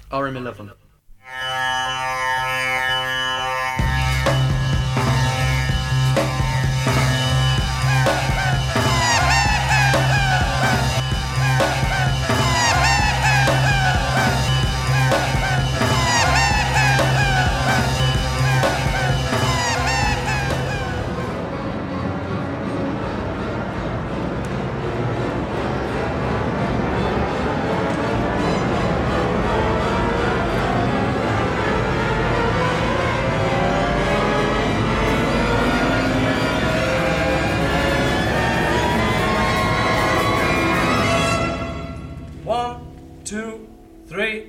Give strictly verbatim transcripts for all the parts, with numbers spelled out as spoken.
R M eleven. One, two, three.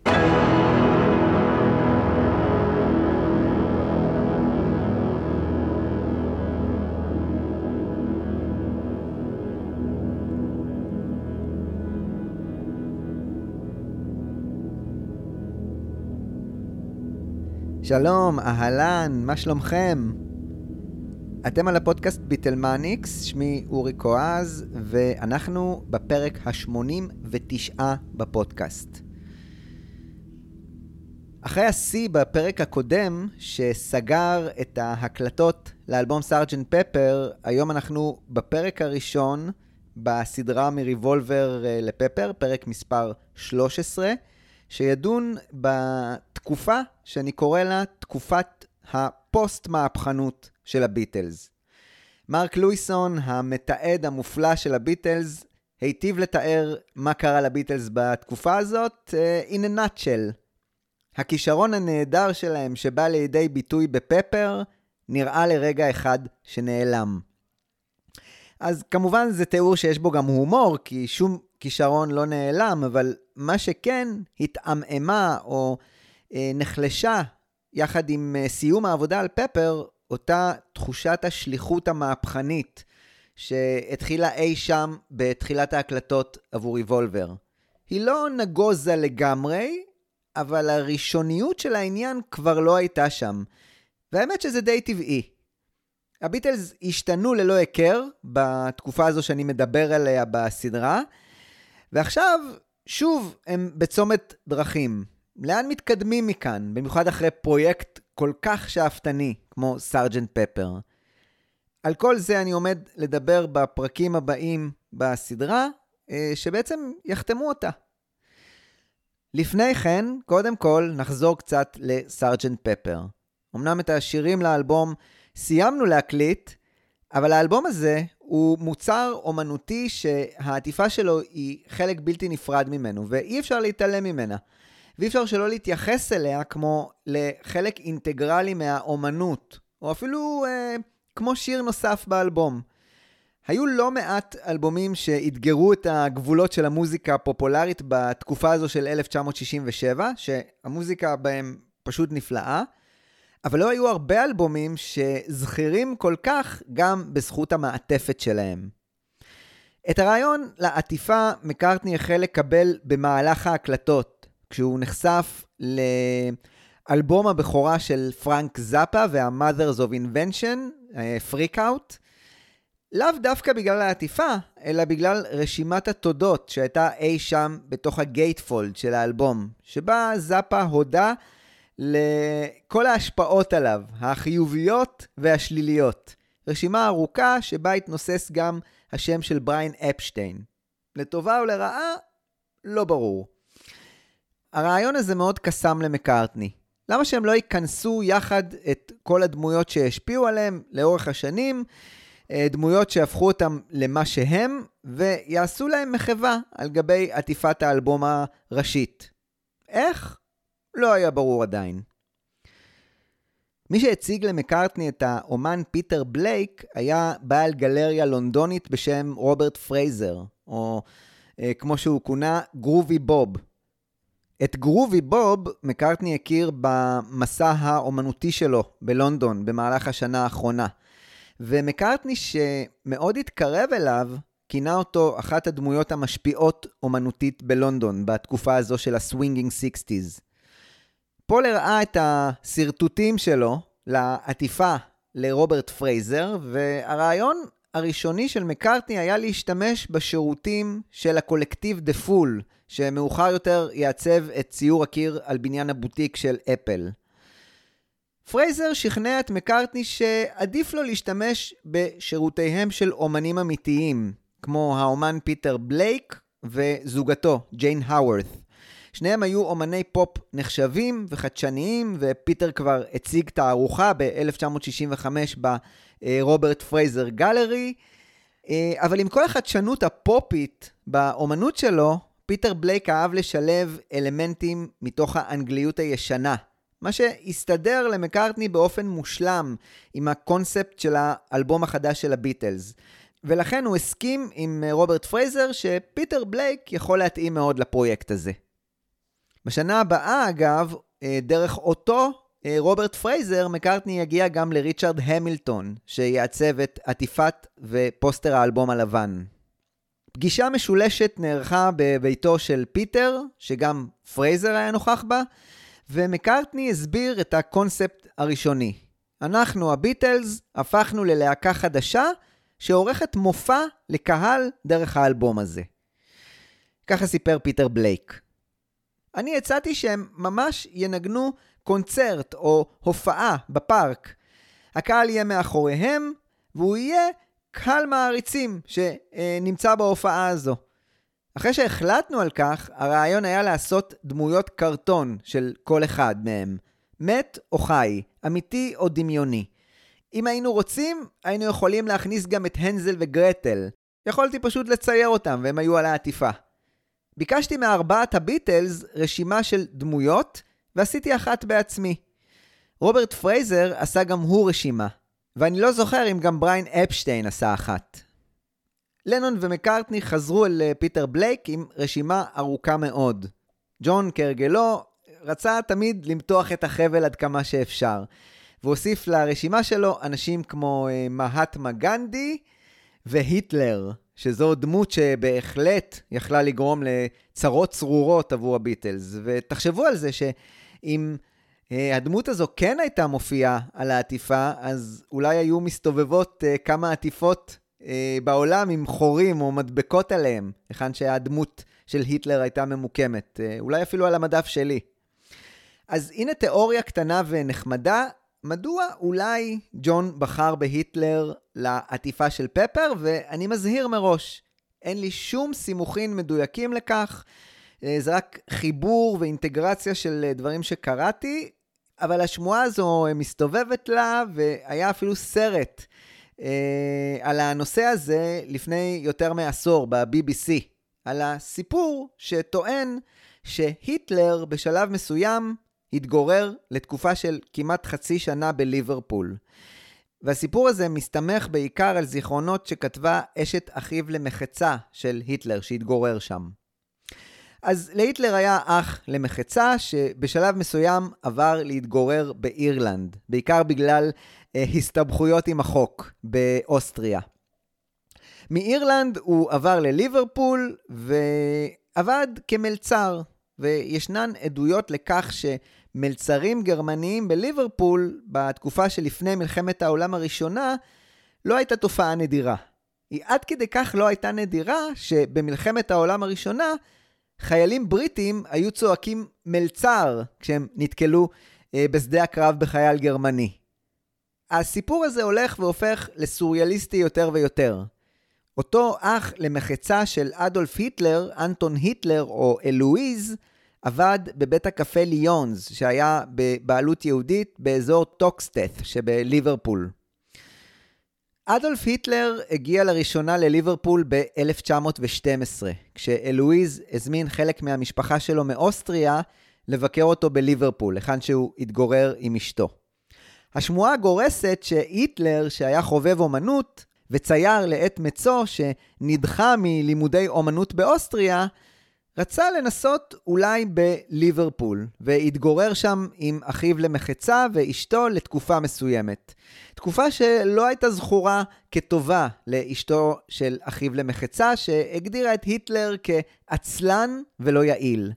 שלום, אהלן, מה שלומכם? אתם על הפודקאסט ביטלמניקס, שמי אורי קואז, ואנחנו בפרק ה-שמונים ותשע בפודקאסט. אחרי השיא בפרק הקודם, שסגר את ההקלטות לאלבום סארג'נט פפר, היום אנחנו בפרק הראשון בסדרה מריבולבר לפפר, פרק מספר שלוש עשרה, שידון בתקופה שאני קורא לה תקופת הפוסט-מהפכנות של הביטלס. מרק לואיסון, המתעד המופלא של הביטלס, היטיב לתאר מה קרה לביטלס בתקופה הזאת uh, in a nutshell. הכישרון הנהדר שלהם שבא לידי ביטוי בפפר, נראה לרגע אחד שנעלם. אז כמובן זה תיאור שיש בו גם הומור, כי שום כישרון לא נעלם, אבל מה שכן התעממה או אה, נחלשה יחד עם אה, סיום העבודה על פפר, אותה תחושת השליחות המהפכנית שהתחילה אי שם בתחילת ההקלטות עבור ריבולבר. היא לא נגוזה לגמרי, אבל הראשוניות של העניין כבר לא הייתה שם. והאמת שזה די טבעי. הביטלס השתנו ללא הכר בתקופה הזו שאני מדבר עליה בסדרה, ועכשיו שוב הם בצומת דרכים. לאן מתקדמים מכאן, במיוחד אחרי פרויקט כל כך שאפתני כמו סארג'נט פפר? על כל זה אני עומד לדבר בפרקים הבאים בסדרה, שבעצם יחתמו אותה. לפני כן, קודם כל נחזור קצת לסארג'נט פפר. אמנם את השירים לאלבום סיימנו להקליט, אבל האלבום הזה הוא מוצר אומנותי שהעטיפה שלו היא חלק בלתי נפרד ממנו, ואי אפשר להתעלם ממנה. ואי אפשר שלא להתייחס אליה כמו לחלק אינטגרלי מהאומנות, או אפילו אה, כמו שיר נוסף באלבום. היו לא מעט אלבומים שהתגרו את הגבולות של המוזיקה הפופולרית בתקופה הזו של אלף תשע מאות שישים ושבע, שהמוזיקה בהם פשוט נפלאה, אבל לא היו הרבה אלבומים שזכירים כל כך גם בזכות המעטפת שלהם. את הרעיון לעטיפה מקארטני החל לקבל במהלך ההקלטות, כשהוא נחשף לאלבום הבכורה של פרנק זאפה וה-Mothers of Invention, Freak Out, לאו דווקא בגלל העטיפה, אלא בגלל רשימת התודות שהייתה אי שם בתוך הגייטפולד של האלבום, שבה זאפה הודה לכל ההשפעות עליו, החיוביות והשליליות. רשימה ארוכה שבה התנוסס גם השם של בריין אפשטיין. לטובה או לרעה, לא ברור. הרעיון הזה מאוד קסם למקארטני. למה שהם לא ייכנסו יחד את כל הדמויות שהשפיעו עליהם לאורך השנים, דמויות שהפכו אותם למה שהם, ויעשו להם מחווה על גבי עטיפת האלבום הראשית. איך? לא היה ברור עדיין. מי שהציג למקארטני את האומן פיטר בלייק היה בעל גלריה לונדונית בשם רוברט פרייזר, או אה, כמו שהוא כונה, גרובי בוב. את גרובי בוב מקארטני הכיר במסע האומנותי שלו בלונדון במהלך השנה האחרונה. ומקארטני שמאוד התקרב אליו, כינה אותו אחת הדמויות המשפיעות אומנותית בלונדון בתקופה הזו של הסווינגינג סיקסטיז. פול הראה את הסרטוטים שלו לעטיפה לרוברט פרייזר, והרעיון הראשוני של מקארטני היה להשתמש בשירותים של הקולקטיב דה פול, שמאוחר יותר יעצב את ציור הקיר על בניין הבוטיק של אפל. פרייזר שכנע את מקארטני שעדיף לו להשתמש בשירותיהם של אומנים אמיתיים, כמו האומן פיטר בלייק וזוגתו, ג'יין האוורת. שניהם היו אומני פופ נחשבים וחדשניים, ופיטר כבר הציג תערוכה ב-אלף תשע מאות שישים וחמש ברוברט פרייזר גלרי, אבל עם כל החדשנות הפופית באומנות שלו, פיטר בלייק אהב לשלב אלמנטים מתוך האנגליות הישנה, מה שהסתדר למקארטני באופן מושלם עם הקונספט של האלבום החדש של הביטלס. ולכן הוא הסכים עם רוברט פרייזר שפיטר בלייק יכול להתאים מאוד לפרויקט הזה. בשנה הבאה, אגב, דרך אותו רוברט פרייזר, מקארטני יגיע גם לריצ'רד המילטון, שיעצב את עטיפת ופוסטר האלבום הלבן. פגישה משולשת נערכה בביתו של פיטר, שגם פרייזר היה נוכח בה, ומקארטני הסביר את הקונספט הראשוני. אנחנו, הביטלס, הפכנו ללהקה חדשה, שעורכת מופע לקהל דרך האלבום הזה. ככה סיפר פיטר בלייק. אני הצעתי שהם ממש ינגנו קונצרט או הופעה בפארק. הקהל יהיה מאחוריהם, והוא יהיה קהל מעריצים שנמצא בהופעה הזו. אחרי שהחלטנו על כך, הרעיון היה לעשות דמויות קרטון של כל אחד מהם. מת או חי, אמיתי או דמיוני. אם היינו רוצים, היינו יכולים להכניס גם את הנזל וגרטל. יכולתי פשוט לצייר אותם, והם היו על העטיפה. ביקשתי מארבעת הביטלס רשימה של דמויות, ועשיתי אחת בעצמי. רוברט פרייזר עשה גם הוא רשימה, ואני לא זוכר אם גם בריין אפשטיין עשה אחת. לנון ומקארטני חזרו אל פיטר בלייק עם רשימה ארוכה מאוד. ג'ון כהרגלו רצה תמיד למתוח את החבל עד כמה שאפשר, והוסיף לרשימה שלו אנשים כמו מהטמה גנדי והיטלר, שזו דמות שבהחלט יכלה לגרום לצרות צרורות עבור הביטלס. ותחשבו על זה שאם הדמות הזו כן הייתה מופיעה על העטיפה, אז אולי היו מסתובבות כמה עטיפות בעולם עם חורים או מדבקות עליהם, היכן שהדמות של היטלר הייתה ממוקמת, אולי אפילו על המדף שלי. אז הנה תיאוריה קטנה ונחמדה, מדוע אולי ג'ון בחר בהיטלר לעטיפה של פפר, ואני מזהיר מראש, אין לי שום סימוכין מדויקים לכך, זה רק חיבור ואינטגרציה של דברים שקראתי, אבל השמועה הזו מסתובבת לה, והיה אפילו סרט אה, על הנושא הזה לפני יותר מעשור ב-בי בי סי, על הסיפור שטוען שהיטלר בשלב מסוים התגורר לתקופה של כמעט חצי שנה בליברפול. והסיפור הזה מסתמך בעיקר על זיכרונות שכתבה אשת אחיו למחצה של היטלר שהתגורר שם. אז להיטלר היה אח למחצה שבשלב מסוים עבר להתגורר באירלנד, בעיקר בגלל אה, הסתבכויות עם החוק באוסטריה. מאירלנד הוא עבר לליברפול ועבד כמלצר, וישנן עדויות לכך שמלצרים גרמניים בליברפול בתקופה שלפני מלחמת העולם הראשונה לא הייתה תופעה נדירה. היא עד כדי כך לא הייתה נדירה שבמלחמת העולם הראשונה חיילים בריטים היו צועקים מלצר כשהם נתקלו אה, בשדה הקרב בחייל גרמני. הסיפור הזה הולך והופך לסוריאליסטי יותר ויותר. אותו אח למחצה של אדולף היטלר, אנטון היטלר או אלואיז, עבד בבית הקפה ליונס שהיה בבעלות יהודית באזור טוקסטת שבליברפול. אדולף היטלר הגיע לראשונה לליברפול ב-אלף תשע מאות ושתים עשרה, כשאלואיז הזמין חלק מהמשפחה שלו מאוסטריה לבקר אותו בליברפול, היכן שהוא התגורר עם אשתו. השמועה גורסת שהיטלר, שהיה חובב אומנות וצייר לעת מצו שנדחה מלימודי אומנות באוסטריה, רצה לנסות אולי בליברפול, והתגורר שם עם אחיו למחצה ואשתו לתקופה מסוימת. תקופה שלא הייתה זכורה כטובה לאשתו של אחיו למחצה, שהגדירה את היטלר כעצלן ולא יעיל.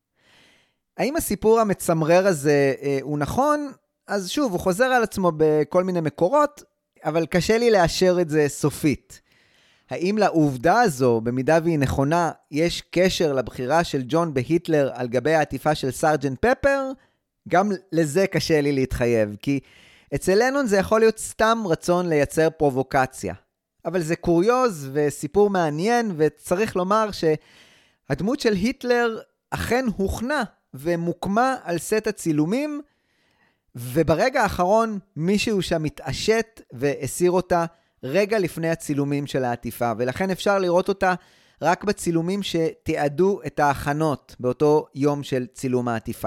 האם הסיפור המצמרר הזה אה, הוא נכון? אז שוב, הוא חוזר על עצמו בכל מיני מקורות, אבל קשה לי לאשר את זה סופית. האם לעובדה הזו, במידה והיא נכונה, יש קשר לבחירה של ג'ון בהיטלר על גבי העטיפה של סרג'נט פפר? גם לזה קשה לי להתחייב, כי אצל לנון זה יכול להיות סתם רצון לייצר פרובוקציה. אבל זה קוריוז וסיפור מעניין, וצריך לומר שהדמות של היטלר אכן הוכנה ומוקמה על סט הצילומים, וברגע האחרון מישהו שם מתעשת והסיר אותה רגע לפני הצילומים של העטיפה, ולכן אפשר לראות אותה רק בצילומים שתיעדו את ההכנות באותו יום של צילום העטיפה.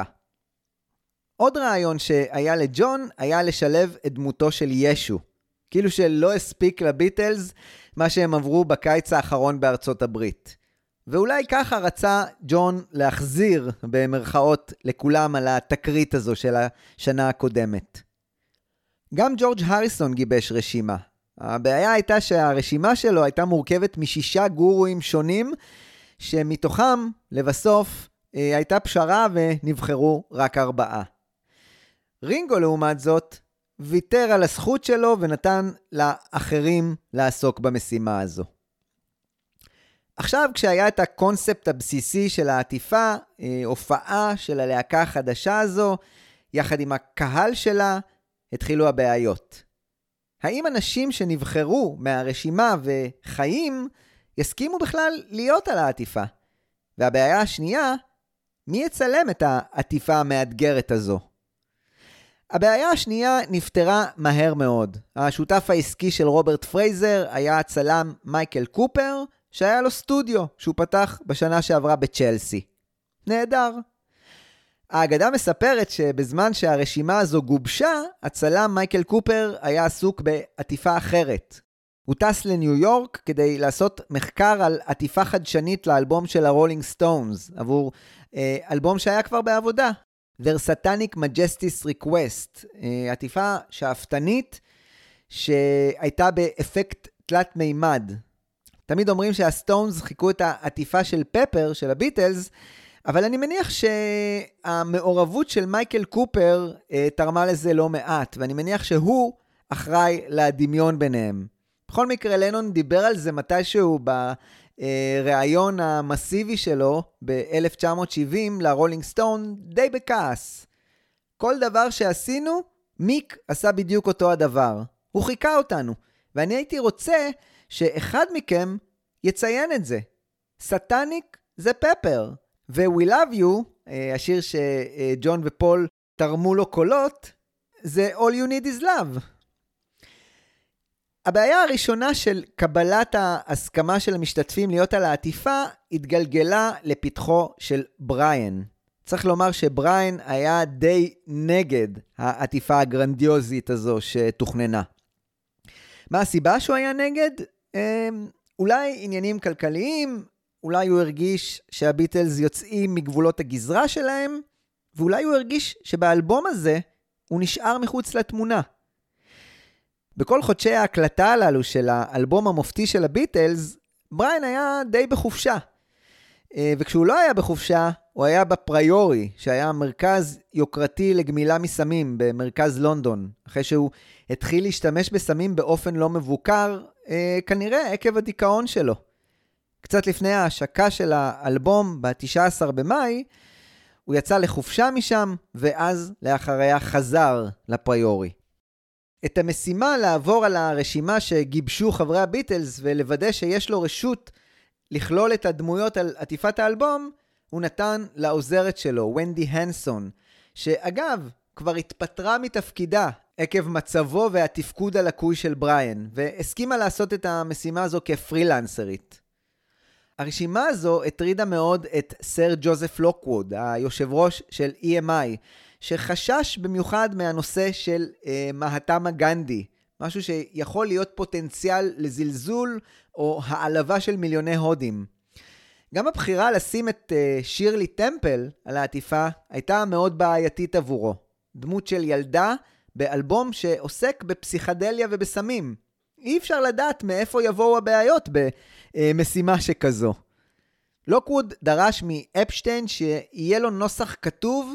עוד רעיון שהיה לג'ון היה לשלב את דמותו של ישו, כאילו שלא הספיק לביטלס מה שהם עברו בקיץ האחרון בארצות הברית. ואולי ככה רצה ג'ון להחזיר במרכאות לכולם על התקרית הזו של השנה הקודמת. גם ג'ורג' הריסון גיבש רשימה. הבעיה הייתה שהרשימה שלו הייתה מורכבת משישה גורואים שונים, שמתוכם לבסוף הייתה פשרה ונבחרו רק ארבעה. רינגו לעומת זאת ויתר על הזכות שלו ונתן לאחרים לעסוק במשימה הזו. עכשיו כשהיה את הקונספט הבסיסי של העטיפה, הופעה של הלהקה החדשה הזו, יחד עם הקהל שלה, התחילו הבעיות. האם אנשים שנבחרו מהרשימה וחיים יסכימו בכלל להיות על העטיפה? והבעיה השנייה, מי יצלם את העטיפה המאתגרת הזו? הבעיה השנייה נפתרה מהר מאוד. השותף העסקי של רוברט פרייזר היה הצלם מייקל קופר, שהיה לו סטודיו שהוא פתח בשנה שעברה בצ'לסי. נהדר. האגדה מספרת שבזמן שהרשימה הזו גובשה, הצלם מייקל קופר היה עסוק בעטיפה אחרת. הוא טס לניו יורק כדי לעשות מחקר על עטיפה חדשנית לאלבום של הרולינג סטונס, עבור אה, אלבום שהיה כבר בעבודה. Their Satanic Majesty's Request, אה, עטיפה שאפתנית שהייתה באפקט תלת מימד. תמיד אומרים שהסטונס חיכו את העטיפה של פפר, של הביטלס, אבל אני מניח שהמעורבות של מייקל קופר אה, תרמה לזה לא מעט, ואני מניח שהוא אחראי לדמיון ביניהם. בכל מקרה, לנון דיבר על זה מתישהו בראיון המסיבי שלו ב-אלף תשע מאות שבעים לרולינג סטון, די בכעס. כל דבר שעשינו, מיק עשה בדיוק אותו הדבר. הוא חיכה אותנו, ואני הייתי רוצה שאחד מכם יציין את זה. סטניק זה פפר. ו-We Love You, השיר שג'ון ופול תרמו לו קולות, זה All You Need Is Love. הבעיה הראשונה של קבלת ההסכמה של המשתתפים להיות על העטיפה, התגלגלה לפתחו של בריין. צריך לומר שבריין היה די נגד העטיפה הגרנדיוזית הזו שתוכננה. מה הסיבה שהוא היה נגד? אולי עניינים כלכליים, אולי הוא הרגיש שהביטלס יוצאים מגבולות הגזרה שלהם, ואולי הוא הרגיש שבאלבום הזה הוא נשאר מחוץ לתמונה. בכל חודשי ההקלטה הללו של האלבום המופתי של הביטלס, בריין היה די בחופשה. וכשהוא לא היה בחופשה, הוא היה בפריורי, שהיה מרכז יוקרתי לגמילה מסמים במרכז לונדון. אחרי שהוא התחיל להשתמש בסמים באופן לא מבוקר, כנראה עקב הדיכאון שלו. קצת לפני ההשקה של האלבום, ב-תשעה עשר במאי, הוא יצא לחופשה משם, ואז לאחריה חזר לפריורי. את המשימה לעבור על הרשימה שגיבשו חברי הביטלס, ולוודא שיש לו רשות לכלול את הדמויות על עטיפת האלבום, הוא נתן לעוזרת שלו, ונדי הנסון, שאגב, כבר התפטרה מתפקידה, עקב מצבו והתפקוד הלקוי של בריין, והסכימה לעשות את המשימה הזו כפרילנסרית. הרשימה הזו הטרידה מאוד את סר ג'וזף לוקווד, היושב ראש של אי אם איי, שחשש במיוחד מהנושא של אה, מהטמה גנדי, משהו שיכול להיות פוטנציאל לזלזול או העלבה של מיליוני הודים. גם הבחירה לשים את אה, שירלי טמפל על העטיפה הייתה מאוד בעייתית עבורו. דמות של ילדה באלבום שעוסק בפסיכדליה ובסמים. אי אפשר לדעת מאיפה יבואו הבעיות במשימה שכזו. לוקווד דרש מאפשטיין שיהיה לו נוסח כתוב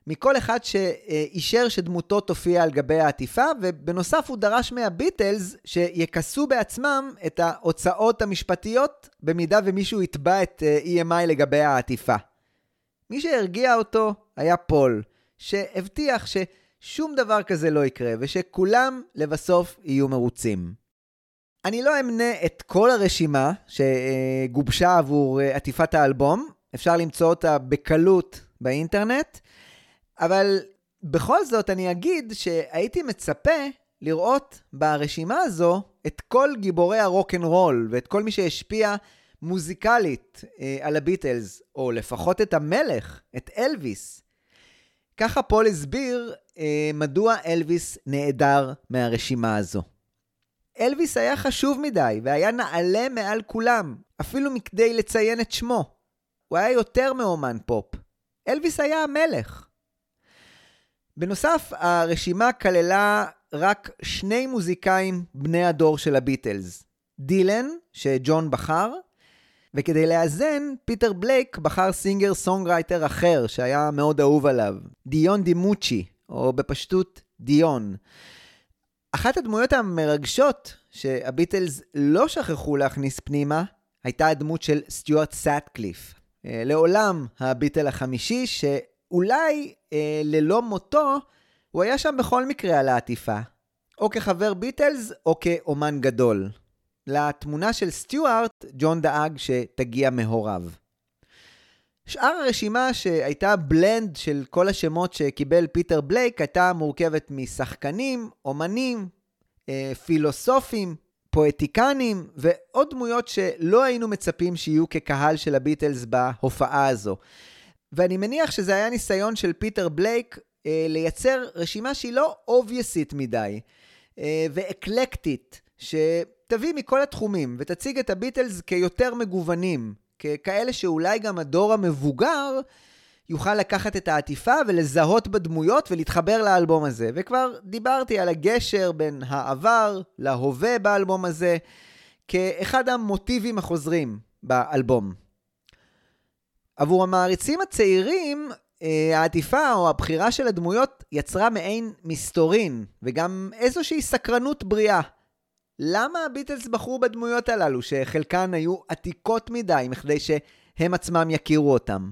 מכל אחד שאישר שדמותו תופיע על גבי העטיפה, ובנוסף הוא דרש מהביטלס שיקסו בעצמם את ההוצאות המשפטיות במידה ומישהו יתבע את אי אם איי לגבי העטיפה. מי שהרגיע אותו היה פול, שהבטיח ששום דבר כזה לא יקרה ושכולם לבסוף יהיו מרוצים. אני לא אמנה את כל הרשימה שגובשה עבור עטיפת האלבום, אפשר למצוא אותה בקלות באינטרנט, אבל בכל זאת אני אגיד שהייתי מצפה לראות ברשימה הזו את כל גיבורי הרוק-אנד-רול ואת כל מי שהשפיע מוזיקלית אה, על הביטלס, או לפחות את המלך, את אלוויס. ככה פול הסביר אה, מדוע אלוויס נעדר מהרשימה הזו. אלוויס היה חשוב מדי והיה נעלה מעל כולם, אפילו מכדי לציין את שמו. הוא היה יותר מאומן פופ. אלוויס היה המלך. בנוסף, הרשימה כללה רק שני מוזיקאים בני הדור של הביטלס. דילן, שג'ון בחר, וכדי לאזן, פיטר בלייק בחר סינגר סונגרייטר אחר, שהיה מאוד אהוב עליו. דיון דימוצ'י, או בפשטות דיון. אחת הדמויות המרגשות שהביטלס לא שכחו להכניס פנימה, הייתה הדמות של סטיוארט סאטקליף. לעולם הביטל החמישי, שאולי אה, ללא מותו, הוא היה שם בכל מקרה על העטיפה. או כחבר ביטלס, או כאומן גדול. לתמונה של סטיוארט, ג'ון דאג שתגיע מהוריו. שאר הרשימה שהייתה בלנד של כל השמות שקיבל פיטר בלייק, הייתה מורכבת משחקנים, אומנים, אה, פילוסופים, פואטיקנים, ועוד דמויות שלא היינו מצפים שיהיו כקהל של הביטלס בהופעה הזו. ואני מניח שזה היה ניסיון של פיטר בלייק אה, לייצר רשימה שהיא לא אובייסית מדי, אה, ואקלקטית, שתביא מכל התחומים, ותציג את הביטלס כיותר מגוונים, ככאלה שאולי גם הדור המבוגר יוכל לקחת את העטיפה ולזהות בדמויות ולהתחבר לאלבום הזה. וכבר דיברתי על הגשר בין העבר להווה באלבום הזה, כאחד המוטיבים החוזרים באלבום. עבור המעריצים הצעירים, העטיפה או הבחירה של הדמויות יצרה מעין מסתורין, וגם איזושהי סקרנות בריאה. למה הביטלס בחרו בדמויות הללו, שחלקן היו עתיקות מדי, מכדי שהם עצמם יכירו אותם?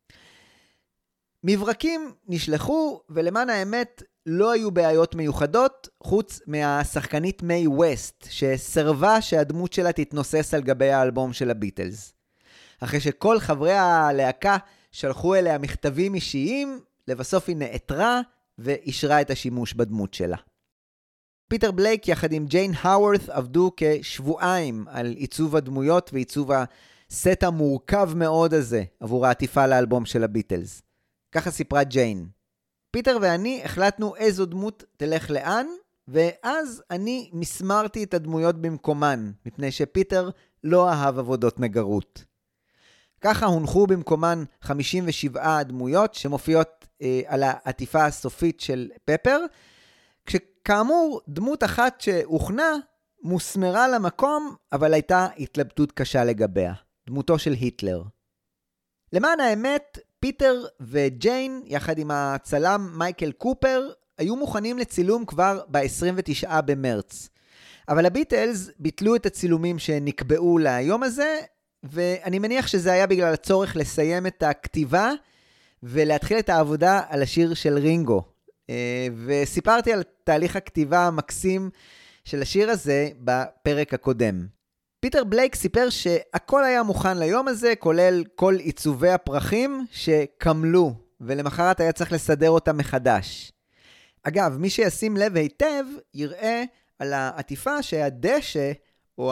מברקים נשלחו, ולמען האמת לא היו בעיות מיוחדות, חוץ מהשחקנית מיי ווסט, שסרבה שהדמות שלה תתנוסס על גבי האלבום של הביטלס. אחרי שכל חברי הלהקה שלחו אליה מכתבים אישיים, לבסוף היא נעתרה ואישרה את השימוש בדמות שלה. פיטר בלייק יחד עם ג'יין האוורת עבדו כשבועיים על עיצוב הדמויות ועיצוב הסט המורכב מאוד הזה עבור העטיפה לאלבום של הביטלס. ככה סיפרה ג'יין. פיטר ואני החלטנו איזו דמות תלך לאן, ואז אני מסמרתי את הדמויות במקומן, מפני שפיטר לא אהב עבודות נגרות. ככה הונחו במקומן חמישים ושבע דמויות שמופיעות אה, על העטיפה הסופית של פפר, כשכאמור דמות אחת שהוכנה מוסמרה למקום, אבל הייתה התלבטות קשה לגביה, דמותו של היטלר. למען האמת, פיטר וג'יין, יחד עם הצלם מייקל קופר, היו מוכנים לצילום כבר ב-עשרים ותשעה במרץ. אבל הביטלס ביטלו את הצילומים שנקבעו ליום הזה, ואני מניח שזה היה בגלל הצורך לסיים את הכתיבה, ולהתחיל את העבודה על השיר של רינגו. וסיפרתי על תהליך הכתיבה המקסים של השיר הזה בפרק הקודם. פיטר בלייק סיפר שהכל היה מוכן ליום הזה, כולל כל עיצובי הפרחים שקמלו, ולמחרת היה צריך לסדר אותם מחדש. אגב, מי שישים לב היטב יראה על העטיפה שהדשא או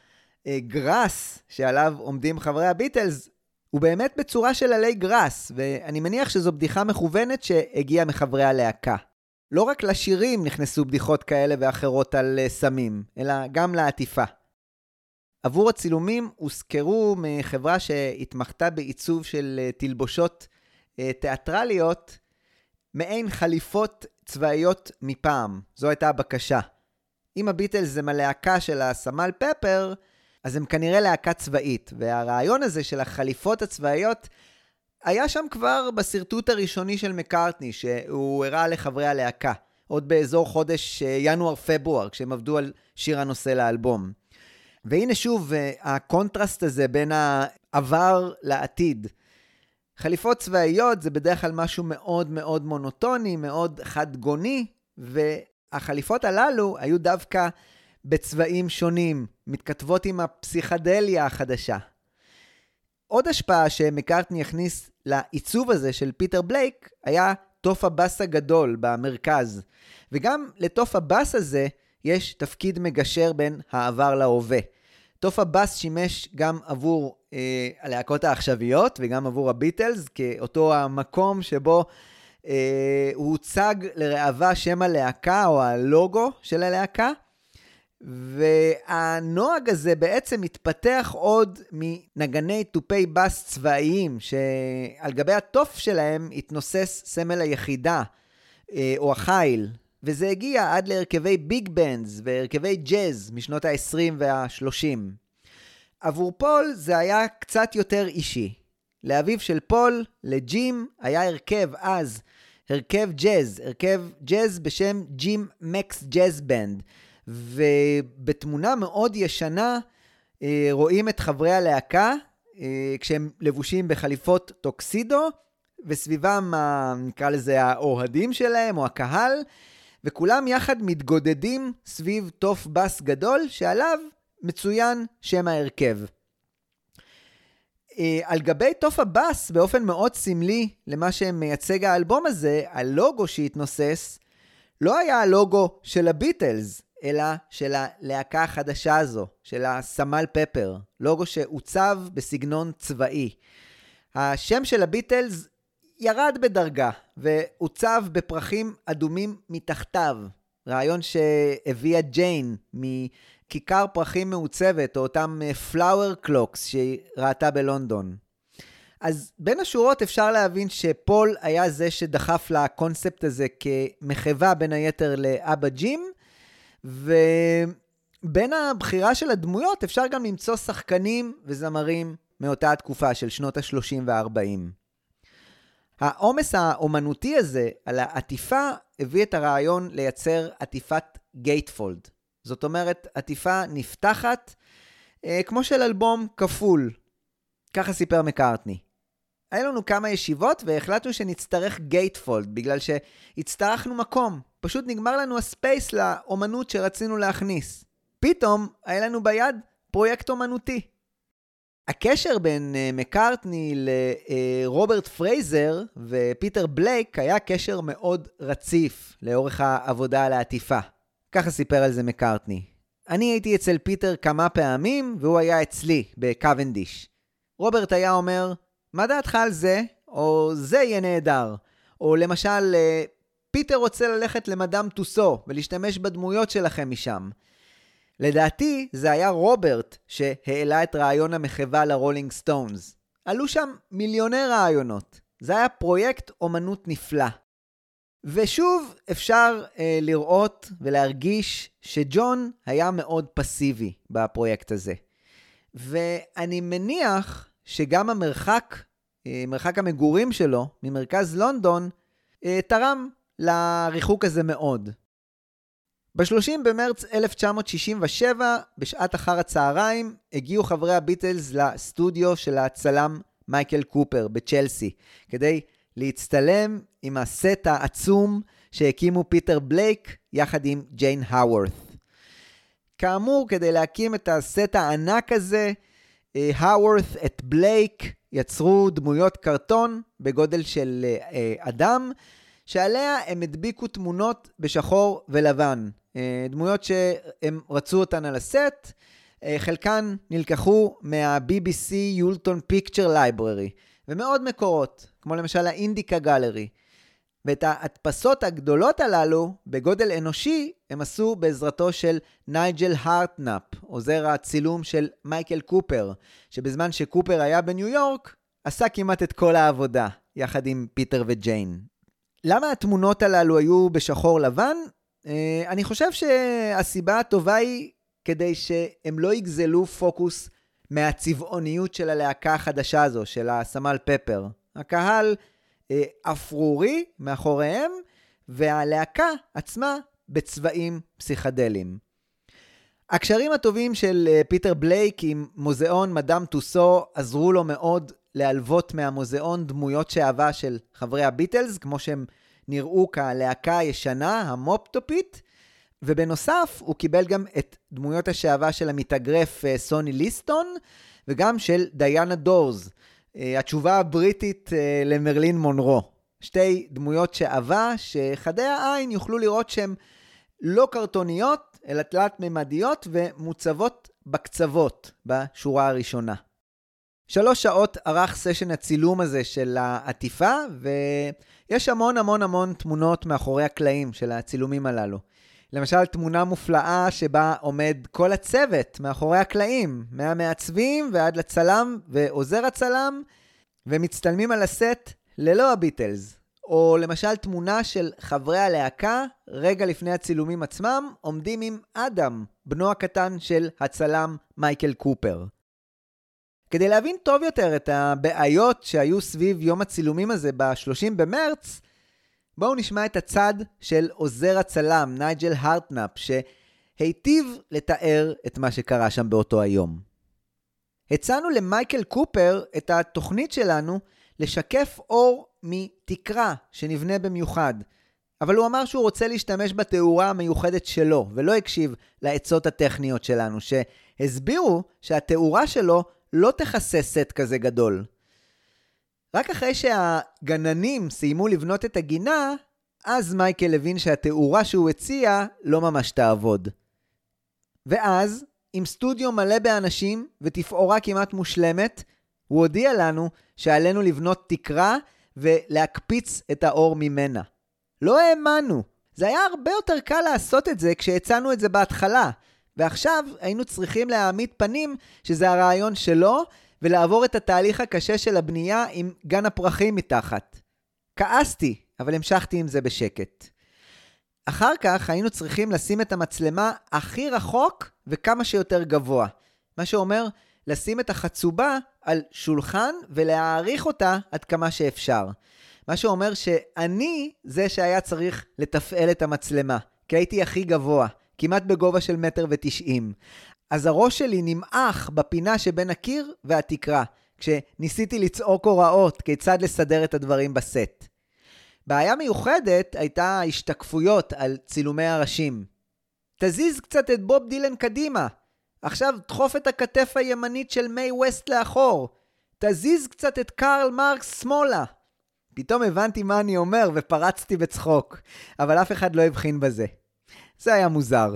הגרס שעליו עומדים חברי הביטלס הוא באמת בצורה של עלי גרס, ואני מניח שזו בדיחה מכוונת שהגיעה מחברי הלהקה. לא רק לשירים נכנסו בדיחות כאלה ואחרות על סמים, אלא גם לעטיפה. עבור הצילומים הוזכרו מחברה שהתמחתה בעיצוב של תלבושות תיאטרליות, מעין חליפות צבאיות מפעם. זו הייתה הבקשה. אם הביטלס הם הלהקה של הסמל פפר, אז הם כנראה להקה צבאית, והרעיון הזה של החליפות הצבאיות היה שם כבר בסרטוט הראשוני של מקארטני, שהוא הראה לחברי הלהקה, עוד באזור חודש ינואר-פברואר, כשהם עבדו על שיר הנושא לאלבום. והנה שוב, הקונטרסט הזה בין העבר לעתיד. חליפות צבאיות זה בדרך כלל משהו מאוד מאוד מונוטוני, מאוד חד-גוני, והחליפות הללו היו דווקא בצבעים שונים, מתכתבות עם הפסיכדליה החדשה. עוד השפעה שמקארטני הכניס לעיצוב הזה של פיטר בלייק, היה תוף הבאס הגדול במרכז. וגם לתוף הבאס הזה יש תפקיד מגשר בין העבר להווה. תוף הבאס שימש גם עבור אה, הלהקות העכשוויות וגם עבור הביטלס, כאותו המקום שבו אה, הוא הוצג לראווה שם הלהקה או הלוגו של הלהקה. והנוהג הזה בעצם מתפתח עוד מנגני טופי בס צבאיים, שעל גבי התוף שלהם התנוסס סמל היחידה או החיל, וזה הגיע עד להרכבי ביג בנדס והרכבי ג'אז משנות ה-עשרים וה-שלושים. עבור פול זה היה קצת יותר אישי. לאביו של פול, לג'ים, היה הרכב אז, הרכב ג'אז, הרכב ג'אז בשם ג'ים מקס ג'אז בנד, ובתמונה מאוד ישנה רואים את חברי הלהקה כשהם לבושים בחליפות טוקסידו, וסביבם נקרא לזה האוהדים שלהם או הקהל, וכולם יחד מתגודדים סביב תוף בס גדול שעליו מצוין שם ההרכב. על גבי תוף הבס, באופן מאוד סמלי למה שמייצג האלבום הזה, הלוגו שהתנוסס לא היה הלוגו של הביטלס, אלא של הלהקה החדשה הזו, של הסמל פפר, לוגו שעוצב בסגנון צבאי. השם של הביטלס ירד בדרגה, ועוצב בפרחים אדומים מתחתיו, רעיון שהביאה ג'יין מכיכר פרחים מעוצבת, או אותם פלאואר קלוקס שהיא ראתה בלונדון. אז בין השורות אפשר להבין שפול היה זה שדחף לקונספט הזה כמחווה בין היתר לאבא ג'ים, ובין הבחירה של הדמויות אפשר גם למצוא שחקנים וזמרים מאותה התקופה של שנות ה-שלושים וה-ארבעים. העומס האומנותי הזה על העטיפה הביא את הרעיון לייצר עטיפת גייטפולד. זאת אומרת, עטיפה נפתחת אה, כמו של אלבום כפול. ככה סיפר מקארטני. היה לנו כמה ישיבות והחלטנו שנצטרך גייטפולד, בגלל שהצטרכנו מקום. פשוט נגמר לנו הספייס לאומנות שרצינו להכניס. פתאום היה לנו ביד פרויקט אומנותי. הקשר בין uh, מקארטני לרוברט פרייזר ופיטר בלייק היה קשר מאוד רציף לאורך העבודה על העטיפה. ככה סיפר על זה מקארטני. אני הייתי אצל פיטר כמה פעמים והוא היה אצלי בקוונדיש. רוברט היה אומר, מה דעתך על זה? או זה יהיה נהדר. או למשל, פיטר רוצה ללכת למדאם טוסו ולהשתמש בדמויות שלכם משם. לדעתי זה היה רוברט שהעלה את רעיון המחווה לרולינג סטונס. עלו שם מיליוני רעיונות. זה היה פרויקט אומנות נפלא. ושוב אפשר אה, לראות ולהרגיש שג'ון היה מאוד פסיבי בפרויקט הזה. ואני מניח שגם המרחק, אה, מרחק המגורים שלו ממרכז לונדון, אה, תרם לריחוק הזה מאוד. ב-שלושים במרץ אלף תשע מאות שישים ושבע, בשעת אחר הצהריים, הגיעו חברי הביטלס לסטודיו של הצלם מייקל קופר בצ'לסי, כדי להצטלם עם הסט העצום שהקימו פיטר בלייק יחד עם ג'יין האוורת. כאמור, כדי להקים את הסט הענק הזה, האוורת את בלייק יצרו דמויות קרטון בגודל של אדם, שעליה הם הדביקו תמונות בשחור ולבן. דמויות שהם רצו אותן על הסט, חלקן נלקחו מה-בי בי סי יולטון פיקצ'ר לייבררי, ומאוד מקורות, כמו למשל האינדיקה גלרי. ואת ההדפסות הגדולות הללו, בגודל אנושי, הם עשו בעזרתו של נייג'ל הרטנאפ, עוזר הצילום של מייקל קופר, שבזמן שקופר היה בניו יורק, עשה כמעט את כל העבודה, יחד עם פיטר וג'יין. למה התמונות הללו היו בשחור לבן? אני חושב שהסיבה הטובה היא כדי שהם לא יגזלו פוקוס מהצבעוניות של הלהקה החדשה הזו, של הסמל פפר. הקהל אה, אפרורי מאחוריהם, והלהקה עצמה בצבעים פסיכדליים. הקשרים הטובים של אה, פיטר בלייק עם מוזיאון מדאם טוסו עזרו לו מאוד להלוות מהמוזיאון דמויות שאהבה של חברי הביטלס, כמו שהם נראו כלהקה הישנה, המופטופית, ובנוסף הוא קיבל גם את דמויות השאהבה של המתאגרף אה, סוני ליסטון, וגם של דיאנה דורס, אה, התשובה הבריטית אה, למרלין מונרו. שתי דמויות שאהבה שחדי העין יוכלו לראות שהן לא קרטוניות, אלא תלת ממדיות ומוצבות בקצוות בשורה הראשונה. שלוש שעות ערך סשן הצילום הזה של העטיפה, ויש המון המון המון תמונות מאחורי הקלעים של הצילומים הללו. למשל תמונה מופלאה שבה עומד כל הצוות מאחורי הקלעים, מהמעצבים ועד לצלם ועוזר הצלם, ומצטלמים על הסט ללא הביטלס. או למשל תמונה של חברי הלהקה רגע לפני הצילומים עצמם עומדים עם אדם, בנו הקטן של הצלם מייקל קופר. כדי להבין טוב יותר את הבעיות שהיו סביב יום הצילומים הזה ב-שלושים במרץ, בואו נשמע את הצד של עוזר הצלם נייג'ל הרטנאפ, שהיטיב לתאר את מה שקרה שם באותו היום. הצענו למייקל קופר את התוכנית שלנו לשקף אור מתקרה שנבנה במיוחד, אבל הוא אמר שהוא רוצה להשתמש בתאורה המיוחדת שלו, ולא הקשיב לעצות הטכניות שלנו, שהסבירו שהתאורה שלו לא תכסה סט כזה גדול. רק אחרי שהגננים סיימו לבנות את הגינה, אז מייקל הבין שהתאורה שהוא הציע לא ממש תעבוד. ואז, עם סטודיו מלא באנשים ותפאורה כמעט מושלמת, הוא הודיע לנו שעלינו לבנות תקרה ולהקפיץ את האור ממנה. לא האמנו. זה היה הרבה יותר קל לעשות את זה כשהצענו את זה בהתחלה, ועכשיו היינו צריכים להעמיד פנים שזה הרעיון שלו, ולעבור את התהליך הקשה של הבנייה עם גן הפרחים מתחת. כעסתי, אבל המשכתי עם זה בשקט. אחר כך היינו צריכים לשים את המצלמה הכי רחוק וכמה שיותר גבוה. מה שאומר לשים את החצובה על שולחן ולהעריך אותה עד כמה שאפשר. מה שאומר שאני זה שהיה צריך לתפעל את המצלמה, כי הייתי הכי גבוה, כמעט בגובה של מטר ותשעים. אז הראש שלי נמעך בפינה שבין הקיר והתקרה, כשניסיתי לצעוק הוראות כיצד לסדר את הדברים בסט. בעיה מיוחדת הייתה ההשתקפויות על צילומי הראשים. תזיז קצת את בוב דילן קדימה. עכשיו דחוף את הכתף הימנית של מיי ווסט לאחור. תזיז קצת את קארל מרקס שמאלה. פתאום הבנתי מה אני אומר ופרצתי בצחוק, אבל אף אחד לא הבחין בזה. זה היה מוזר.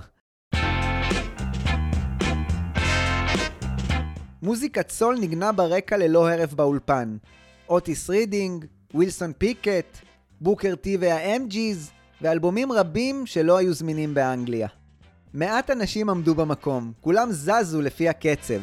מוזיקת סול נגנה ברקע ללא הרף באולפן. אוטיס רידינג, ווילסון פיקט, בוקר טי וה-אם ג'יז, ואלבומים רבים שלא היו זמינים באנגליה. מעט אנשים עמדו במקום, כולם זזו לפי הקצב.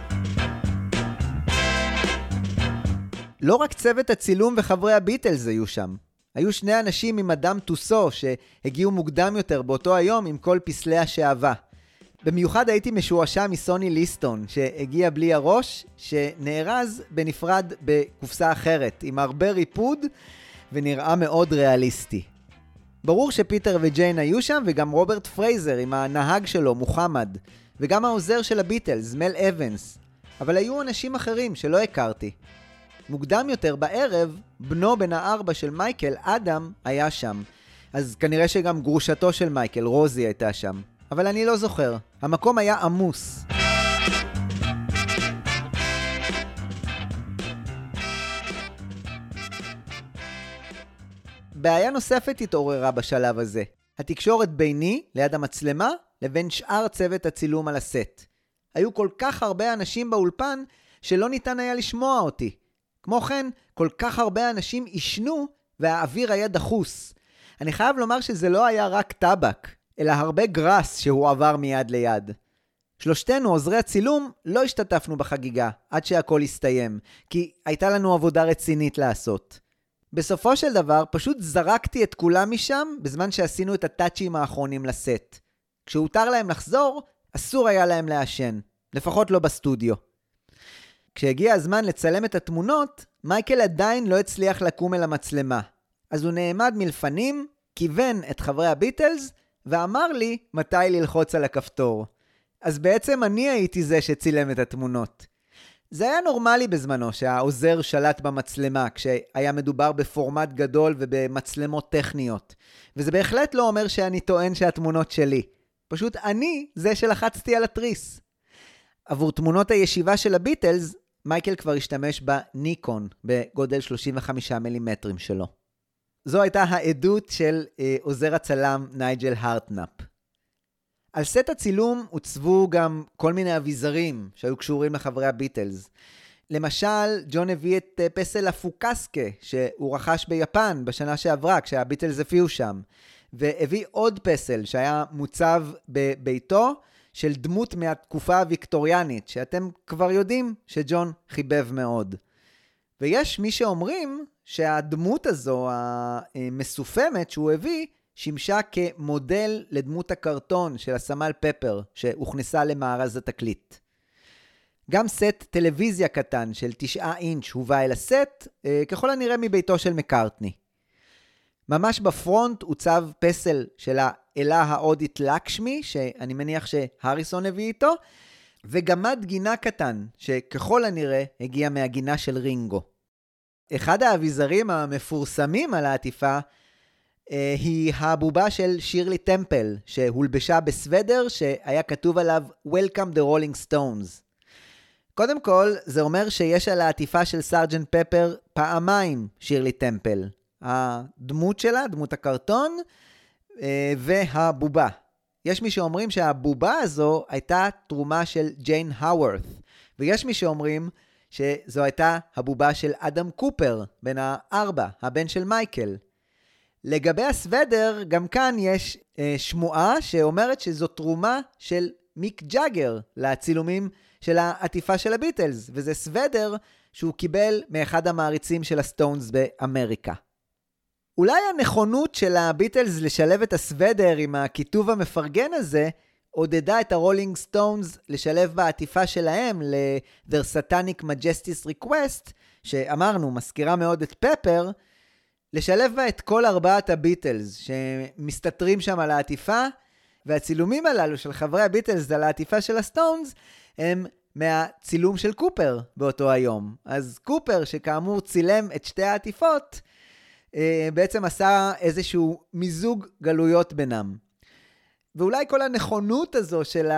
לא רק צוות הצילום וחברי הביטלס היו שם. היו שני אנשים ממדאם טוסו שהגיעו מוקדם יותר באותו היום עם כל פסלי השאהבה. במיוחד הייתי משועשע מסוני ליסטון שהגיע בלי הראש, שנארז בנפרד בקופסה אחרת עם הרבה ריפוד ונראה מאוד ריאליסטי. ברור שפיטר וג'יין היו שם, וגם רוברט פרייזר עם הנהג שלו מוחמד, וגם העוזר של הביטלס מל אבנס, אבל היו אנשים אחרים שלא הכרתי. מוקדם יותר בערב, בנו בן הארבע של מייקל, אדם, היה שם. אז כנראה שגם גרושתו של מייקל, רוזי, הייתה שם. אבל אני לא זוכר. המקום היה עמוס. בעיה נוספת התעוררה בשלב הזה. התקשורת ביני, ליד המצלמה, לבין שאר צוות הצילום על הסט. היו כל כך הרבה אנשים באולפן שלא ניתן היה לשמוע אותי. כמו כן, כל כך הרבה אנשים ישנו והאוויר היה דחוס. אני חייב לומר שזה לא היה רק טבק, אלא הרבה גרס שהוא עבר מיד ליד. שלושתנו, עוזרי הצילום, לא השתתפנו בחגיגה עד שהכל הסתיים, כי הייתה לנו עבודה רצינית לעשות. בסופו של דבר, פשוט זרקתי את כולם משם בזמן שעשינו את הטאצ'ים האחרונים לסט. כשהותר להם לחזור, אסור היה להם לעשן, לפחות לא בסטודיו. כשהגיע הזמן לצלם את התמונות, מייקל עדיין לא הצליח לקום אל המצלמה. אז הוא נעמד מלפנים, כיוון את חברי הביטלס, ואמר לי מתי ללחוץ על הכפתור. אז בעצם אני הייתי זה שצילם את התמונות. זה היה נורמלי בזמנו שהעוזר שלט במצלמה, כשהיה מדובר בפורמט גדול ובמצלמות טכניות. וזה בהחלט לא אומר שאני טוען שהתמונות שלי. פשוט אני זה שלחצתי על התריס. עבור תמונות הישיבה של הביטלס, מייקל כבר השתמש בניקון בגודל שלושים וחמישה מילימטרים שלו. זו הייתה העדות של אה, עוזר הצלם נייג'ל הרטנאפ. על סט הצילום הוצבו גם כל מיני אביזרים שהיו קשורים לחברי הביטלס. למשל, ג'ון הביא את אה, פסל הפוקסקה שהוא רכש ביפן בשנה שעברה כשהביטלס הופיעו שם. והביא עוד פסל שהיה מוצב בביתו של דמות מהתקופה הוויקטוריאנית, שאתם כבר יודעים שג'ון חיבב מאוד. ויש מי שאומרים שהדמות הזו המסופמת שהוא הביא, שימשה כמודל לדמות הקרטון של הסמל פפר, שהוכנסה למארז התקליט. גם סט טלוויזיה קטן של תשעה אינץ' הובא אל הסט, ככל הנראה מביתו של מקארטני. ממש בפרונט הוצב פסל של האלה ההודית לקשמי, שאני מניח שהריסון הביא איתו, וגמד גינה קטן, שככל הנראה הגיע מהגינה של רינגו. אחד האביזרים המפורסמים על העטיפה, אה, היא הבובה של שירלי טמפל, שהולבשה בסוודר שהיה כתוב עליו Welcome the Rolling Stones. קודם כל, זה אומר שיש על העטיפה של סארג'נט פפר פעמיים שירלי טמפל. הדמות שלה, דמות הקרטון, והבובה. יש מי שאומרים שהבובה הזו הייתה תרומה של ג'יין האוורת, ויש מי שאומרים שזו הייתה הבובה של אדם קופר, בן הארבע, הבן של מייקל. לגבי הסוודר, גם כאן יש שמועה שאומרת שזו תרומה של מיק ג'אגר לצילומים של העטיפה של הביטלס, וזה סוודר שהוא קיבל מאחד המעריצים של הסטונס באמריקה. אולי הנכונות של הביטלס לשלב את הסוודר עם הכיתוב המפרגן הזה, עודדה את הרולינג סטונס לשלב בעטיפה שלהם ל-Their Satanic Majesty's Request, שאמרנו, מזכירה מאוד את פפר, לשלב בה את כל ארבעת הביטלס שמסתתרים שם על העטיפה, והצילומים הללו של חברי הביטלס על העטיפה של הסטונס, הם מהצילום של קופר באותו היום. אז קופר, שכאמור צילם את שתי העטיפות, בעצם עשה איזשהו מיזוג גלויות בינם. ואולי כל הנכונות הזו של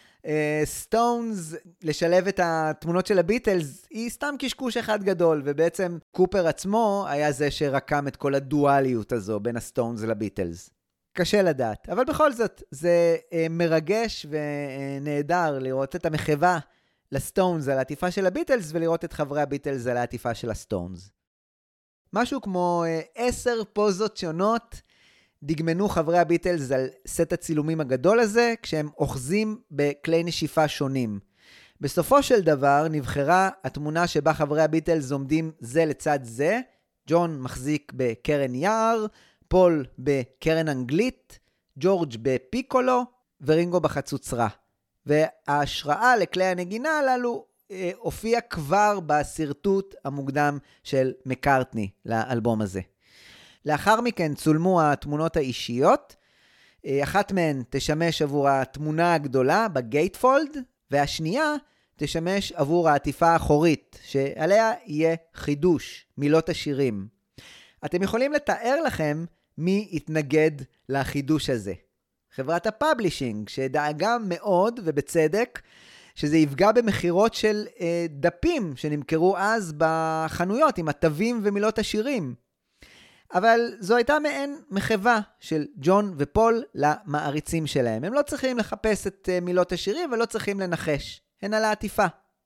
הסטונס לשלב את התמונות של הביטלס היא סתם קשקוש אחד גדול, ובעצם קופר עצמו היה זה שרקם את כל הדואליות הזו בין הסטונס לביטלס. קשה לדעת, אבל בכל זאת זה מרגש ונהדר לראות את המחווה לסטונס על העטיפה של הביטלס, ולראות את חברי הביטלס על העטיפה של הסטונס. משהו כמו עשר פוזות שונות דגמנו חברי הביטלס על סט הצילומים הגדול הזה, כשהם אוחזים בכלי נשיפה שונים. בסופו של דבר נבחרה התמונה שבה חברי הביטלס עומדים זה לצד זה, ג'ון מחזיק בקרן יער, פול בקרן אנגלית, ג'ורג' בפיקולו ורינגו בחצוצרה. וההשראה לכלי הנגינה הללו אה, הופיע כבר בסרטוט המוקדם של מקארטני לאלבום הזה. לאחר מכן צולמו התמונות האישיות, אה, אחת מהן תשמש עבור התמונה הגדולה בגייטפולד, והשנייה תשמש עבור העטיפה האחורית, שעליה יהיה חידוש, מילות השירים. אתם יכולים לתאר לכם מי יתנגד לחידוש הזה. חברת הפאבלישינג, שדאגה מאוד ובצדק, שזה יפגע במחירות של אה, דפים שנמכרו אז בחנויות עם התווים ומילות השירים. אבל זו הייתה מעין מחווה של ג'ון ופול למעריצים שלהם. הם לא צריכים לחפש את אה, מילות השירים ולא צריכים לנחש. הן על העטיפה.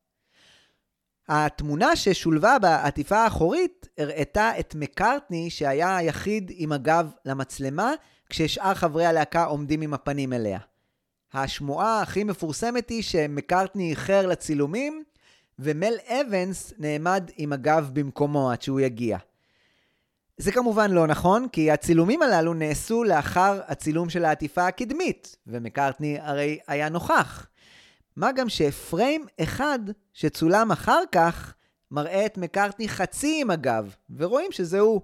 התמונה ששולבה בעטיפה האחורית הראתה את מקארטני שהיה היחיד עם הגב למצלמה, כששאר חברי הלהקה עומדים עם הפנים אליה. השמועה הכי מפורסמת היא שמקארטני איחר לצילומים, ומל אבנס נעמד עם הגב במקומו עד שהוא יגיע. זה כמובן לא נכון, כי הצילומים הללו נעשו לאחר הצילום של העטיפה הקדמית, ומקארטני הרי היה נוכח. מה גם שפריים אחד שצולם אחר כך מראה את מקארטני חצי עם הגב, ורואים שזה הוא.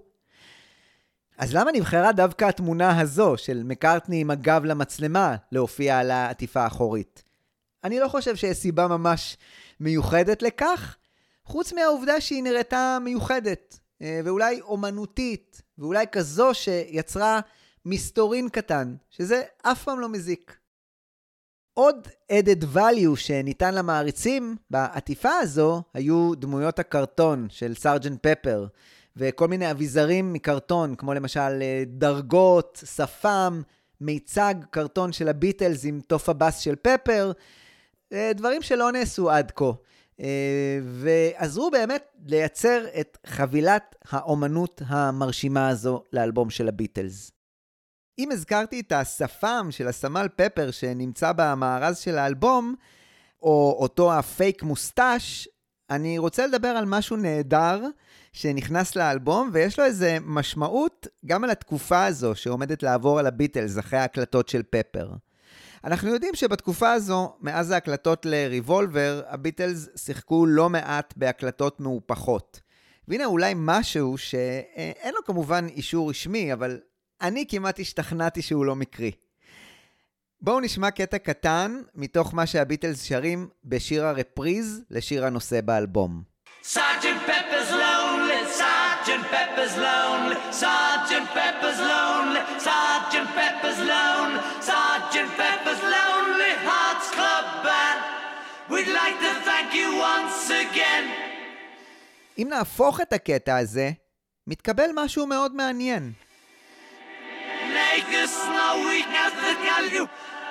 אז למה נבחרה דווקא התמונה הזו של מקארטני עם הגב למצלמה להופיע על העטיפה האחורית? אני לא חושב שיש סיבה ממש מיוחדת לכך, חוץ מהעובדה שהיא נראתה מיוחדת, ואולי אומנותית, ואולי כזו שיצרה מסתורין קטן, שזה אף פעם לא מזיק. עוד added value שניתן למעריצים בעטיפה הזו היו דמויות הקרטון של סארג'נט פפר, וכל מיני אביזרים מקרטון, כמו למשל דרגות, שפם, מיצג קרטון של הביטלס עם תוף הבאס של פפר, דברים שלא נעשו עד כה, ועזרו באמת לייצר את חבילת האומנות המרשימה הזו לאלבום של הביטלס. אם הזכרתי את השפם של הסמל פפר שנמצא במארז של האלבום, או אותו הפייק מוסטש, אני רוצה לדבר על משהו נהדר שנכנס לאלבום, ויש לו איזה משמעות גם על התקופה הזו שעומדת לעבור על הביטלס אחרי ההקלטות של פפר. אנחנו יודעים שבתקופה הזו, מאז ההקלטות לריבולבר, הביטלס שיחקו לא מעט בהקלטות מאופחות. והנה אולי משהו שאין לו כמובן אישור רשמי, אבל אני כמעט השתכנעתי שהוא לא מקרי. בואו נשמע קטע קטן מתוך מה שהביטלס שרים בשיר הרפריז לשיר הנושא באלבום. Sergeant Pepper's lonely, Sergeant Pepper's lonely, Sergeant Pepper's lonely, Sergeant Pepper's lonely, Sergeant Pepper's lonely Hearts Club Band. We'd like to thank you once again. אם נהפוך את הקטע הזה, מתקבל משהו מאוד מעניין. Make us no weakness to tell you.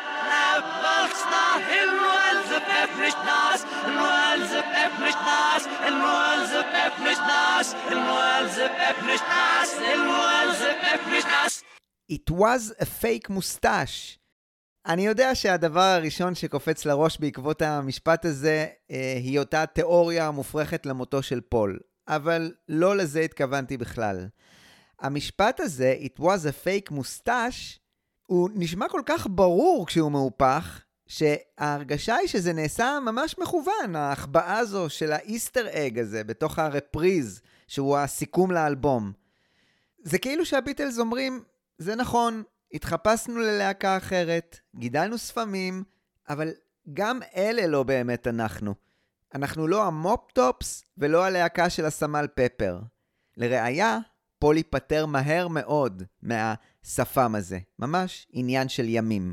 Volks nach in Worlds of Pepnish Nas, in Worlds of Pepnish Nas, in Worlds of Pepnish Nas, in Worlds of Pepnish Nas, in Worlds of Pepnish Nas. It was a fake mustache. אני יודע שהדבר הראשון שקופץ לראש בעקבות המשפט הזה אה, היא אותה תיאוריה המופרכת למותו של פול, אבל לא לזה התכוונתי בכלל. המשפט הזה, it was a fake mustache, הוא נשמע כל כך ברור כשהוא מאופח, שההרגשה היא שזה נעשה ממש מכוון, ההחבאה הזו של האיסטר אג הזה, בתוך הרפריז, שהוא הסיכום לאלבום. זה כאילו שהביטלס אומרים, זה נכון, התחפשנו ללהקה אחרת, גידלנו ספמים, אבל גם אלה לא באמת אנחנו. אנחנו לא המופ-טופס ולא הלהקה של הסמל פפר. לראיה, פול ייפטר מהר מאוד מהשפם הזה, ממש עניין של ימים.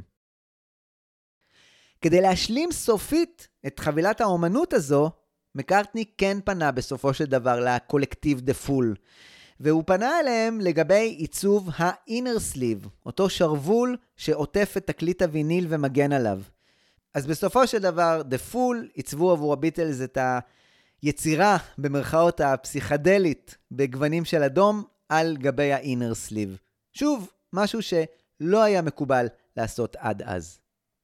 כדי להשלים סופית את חבילת האומנות הזו, מקארטני כן פנה בסופו של דבר לקולקטיב דה פול, והוא פנה אליהם לגבי עיצוב ה-inner sleeve, אותו שרבול שעוטף את תקליט הוויניל ומגן עליו. אז בסופו של דבר, דה פול עיצבו עבור הביטלס את היצירה במרכאות הפסיכדלית בגוונים של אדום על גבי ה-inner sleeve. שוב, משהו שלא היה מקובל לעשות עד אז.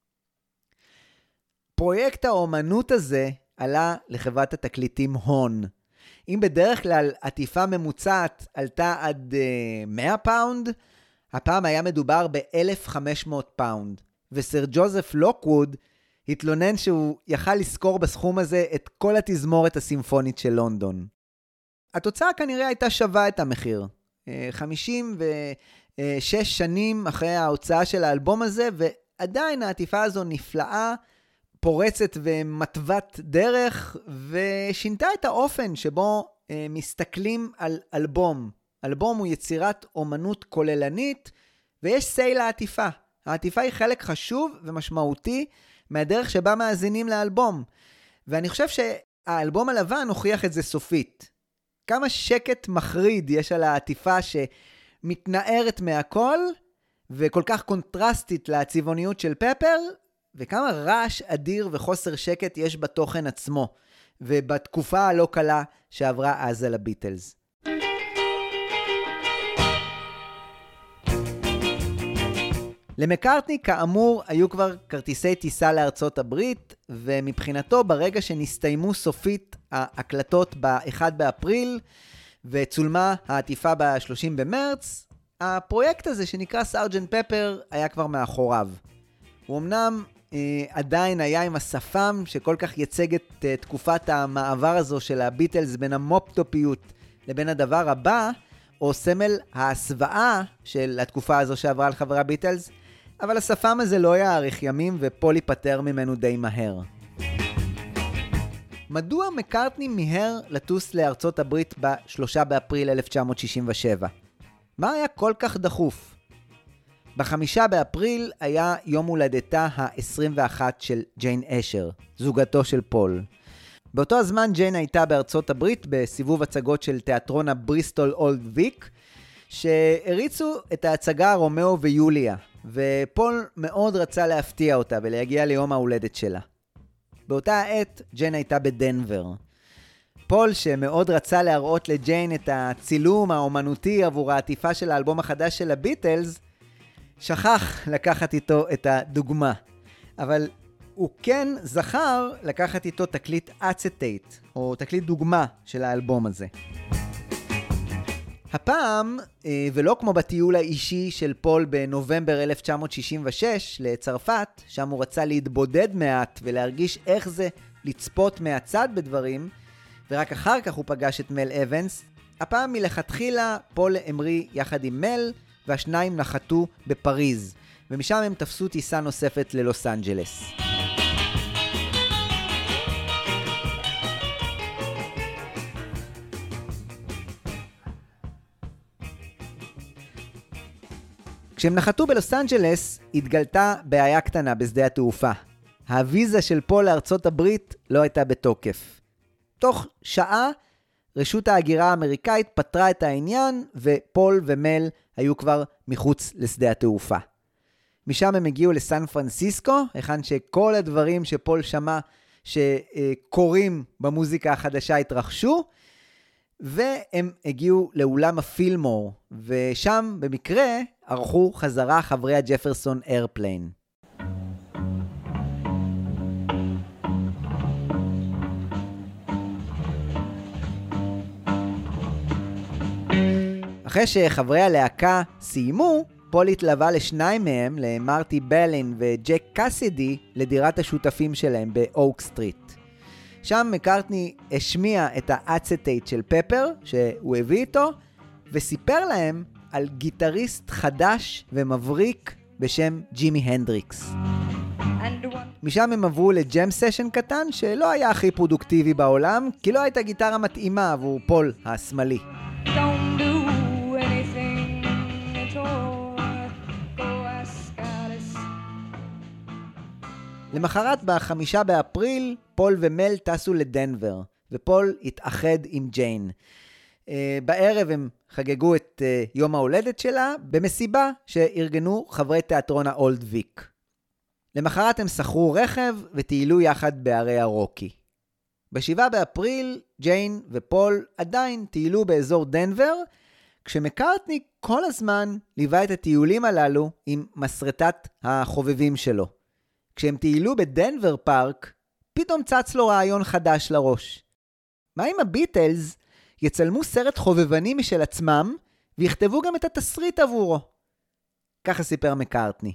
פרויקט האומנות הזה עלה לחברת התקליטים הון. אם בדרך כלל עטיפה ממוצעת עלתה עד uh, מאה פאונד, הפעם היה מדובר ב-אלף וחמש מאות פאונד. וסר ג'וזף לוקווד התלונן שהוא יכל לזכור בסכום הזה את כל התזמורת הסימפונית של לונדון. התוצאה כנראה הייתה שווה את המחיר. חמישים ושש שנים אחרי ההוצאה של האלבום הזה, ועדיין העטיפה הזו נפלאה, פורצת ומטוות דרך, ושינתה את האופן שבו אה, מסתכלים על אלבום. אלבום הוא יצירת אומנות כוללנית, ויש סי לעטיפה. העטיפה היא חלק חשוב ומשמעותי מהדרך שבה מאזינים לאלבום. ואני חושב שהאלבום הלבן הוכיח את זה סופית. כמה שקט מחריד יש על העטיפה שמתנערת מהכל, וכל כך קונטרסטית לצבעוניות של פפר, וכמה רעש אדיר וחוסר שקט יש בתוכן עצמו, ובתקופה הלא קלה שעברה אז על הביטלס. למקארטני כאמור היו כבר כרטיסי טיסה לארצות הברית, ומבחינתו ברגע שנסתיימו סופית ההקלטות ב-אחד באפריל, וצולמה העטיפה ב-שלושים במרץ, הפרויקט הזה שנקרא סארג'נט פפר היה כבר מאחוריו. הוא אמנם עדיין היה עם השפם שכל כך יצג את תקופת המעבר הזו של הביטלס בין המופטופיות לבין הדבר הבא, או סמל ההסוואה של התקופה הזו שעברה על חברי הביטלס, אבל השפם הזה לא יאריך ימים ופול ייפטר ממנו די מהר. מדוע מקארטני מיהר לטוס לארצות הברית ב-שלושה באפריל אלף תשע מאות שישים ושבע? מה היה כל כך דחוף? בחמישה באפריל היה יום הולדתה ה-עשרים ואחת של ג'יין אשר, זוגתו של פול. באותו הזמן ג'יין הייתה בארצות הברית בסיבוב הצגות של תיאטרון הבריסטול אולד ויק, שהריצו את ההצגה רומאו ויוליה, ופול מאוד רצה להפתיע אותה ולהגיע ליום ההולדת שלה. באותה העת ג'יין הייתה בדנבר. פול, שמאוד רצה להראות לג'יין את הצילום האומנותי עבור העטיפה של האלבום החדש של הביטלס, שכח לקחת איתו את הדוגמה. אבל הוא כן זכר לקחת איתו תקליט אצטייט, או תקליט דוגמה של האלבום הזה. הפעם, ולא כמו בטיול האישי של פול בנובמבר אלף תשע מאות שישים ושש לצרפת, שם הוא רצה להתבודד מעט ולהרגיש איך זה לצפות מהצד בדברים, ורק אחר כך הוא פגש את מל אבנס. הפעם מלכתחילה פול המריא יחד עם מל, והשניים נחתו בפריז, ומשם הם תפסו טיסה נוספת ללוס אנג'לס. כשהם נחתו בלוס אנג'לס, התגלתה בעיה קטנה בשדה התעופה. הוויזה של פול לארצות הברית לא הייתה בתוקף. תוך שעה, רשות ההגירה האמריקאית פתרה את העניין, ופול ומל היו כבר מחוץ לשדה התעופה. משם הם הגיעו לסן פרנסיסקו, היכן שכל הדברים שפול שמע שקורים במוזיקה החדשה התרחשו, והם הגיעו לאולם הפילמור, ושם במקרה ערכו חזרה חברי הג'פרסון איירפליין. אחרי שחברי הלהקה סיימו, פול התלווה לשניים מהם, למרטי בלין וג'ק קסידי, לדירת השותפים שלהם באוק סטריט. שם מקארטני השמיע את האצטייט של פפר, שהוא הביא איתו, וסיפר להם על גיטריסט חדש ומבריק בשם ג'ימי הנדריקס. משם הם עברו לג'ם סשן קטן, שלא היה הכי פרודוקטיבי בעולם, כי לא הייתה גיטרה מתאימה עבור פול השמאלי. למחרת בחמישה באפריל, פול ומל טסו לדנבר, ופול התאחד עם ג'יין. Uh, בערב הם חגגו את uh, יום ההולדת שלה, במסיבה שארגנו חברי תיאטרון האולד ויק. למחרת הם שכרו רכב וטיילו יחד בערי הרוקי. בשבעה באפריל, ג'יין ופול עדיין טיילו באזור דנבר, כשמקארטני כל הזמן ליווה את הטיולים הללו עם מסרטת החובבים שלו. כשהם טיילו בדנבר פארק, פתאום צץ לו רעיון חדש לראש. מה אם הביטלס יצלמו סרט חובבני משל עצמם, ויכתבו גם את התסריט עבורו? ככה סיפר מקארטני.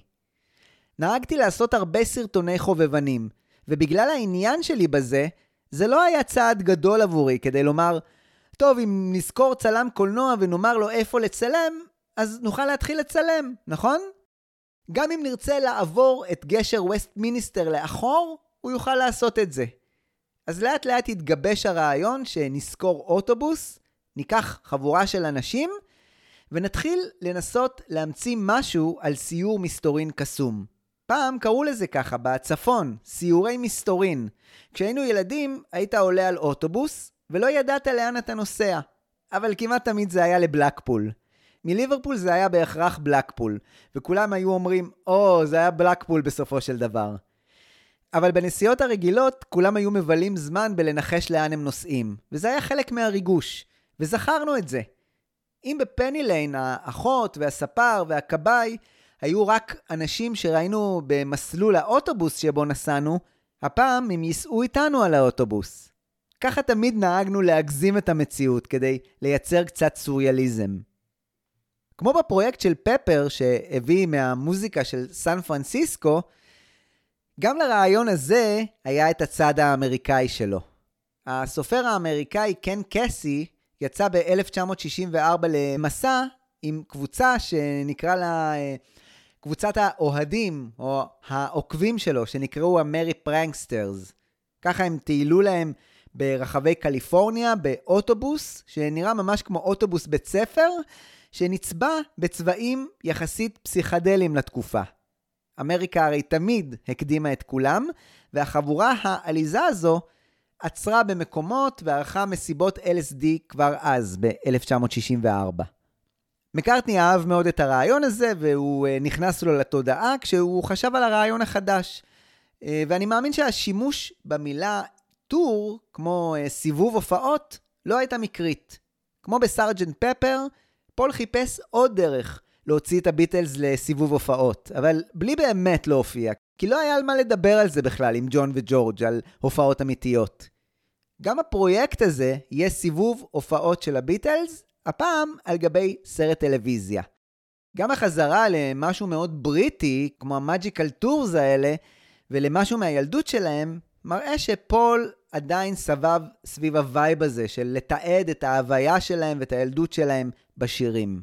נהגתי לעשות הרבה סרטוני חובבנים, ובגלל העניין שלי בזה, זה לא היה צעד גדול עבורי כדי לומר, טוב, אם נזכור צלם קולנוע ונאמר לו איפה לצלם, אז נוכל להתחיל לצלם, נכון? גם אם נרצה לעבור את גשר ווסט מיניסטר לאחור, הוא יוכל לעשות את זה. אז לאט לאט יתגבש הרעיון שנזכור אוטובוס, ניקח חבורה של אנשים, ונתחיל לנסות להמציא משהו על סיור מסתורין קסום. פעם קראו לזה ככה, בצפון, סיורי מסתורין. כשהיינו ילדים, היית עולה על אוטובוס, ולא ידעת לאן אתה נוסע. אבל כמעט תמיד זה היה לבלקפול. מליברפול זה היה בהכרח בלקפול, וכולם היו אומרים, או, זה היה בלקפול בסופו של דבר. אבל בנסיעות הרגילות, כולם היו מבלים זמן בלנחש לאן הם נוסעים, וזה היה חלק מהריגוש, וזכרנו את זה. אם בפני ליין, האחות והספר והקבאי היו רק אנשים שראינו במסלול האוטובוס שבו נסענו, הפעם הם ייסעו איתנו על האוטובוס. ככה תמיד נהגנו להגזים את המציאות כדי לייצר קצת סוריאליזם. כמו בפרויקט של פפר שהביא מהמוזיקה של סן פרנסיסקו, גם לרעיון הזה היה את הצד האמריקאי שלו. הסופר האמריקאי קן קסי יצא ב-אלף תשע מאות שישים וארבע למסע עם קבוצה שנקרא לה קבוצת האוהדים או העוקבים שלו, שנקראו המרי פרנקסטרס. ככה הם טיילו להם ברחבי קליפורניה באוטובוס, שנראה ממש כמו אוטובוס בית ספר, שנצבע בצבעים יחסית פסיכדליים לתקופה. אמריקה הרי תמיד הקדימה את כולם, והחבורה העליזה הזו עצרה במקומות וערכה מסיבות אל אס די כבר אז, ב-אלף תשע מאות שישים וארבע. מקארטני אהב מאוד את הרעיון הזה, והוא נכנס לו לתודעה כשהוא חשב על הרעיון החדש. ואני מאמין שהשימוש במילה טור, כמו סיבוב הופעות, לא הייתה מקרית. כמו בסארג'נט פפר, פול חיפש עוד דרך להוציא את הביטלס לסיבוב הופעות, אבל בלי באמת להופיע, כי לא היה על מה לדבר על זה בכלל עם ג'ון וג'ורג' על הופעות אמיתיות. גם הפרויקט הזה יהיה סיבוב הופעות של הביטלס, הפעם על גבי סרט טלוויזיה. גם החזרה למשהו מאוד בריטי, כמו המאג'יקל טורס האלה, ולמשהו מהילדות שלהם, מראה שפול עדיין סבב סביב הווייב הזה, של לתעד את ההוויה שלהם ואת הילדות שלהם בשירים.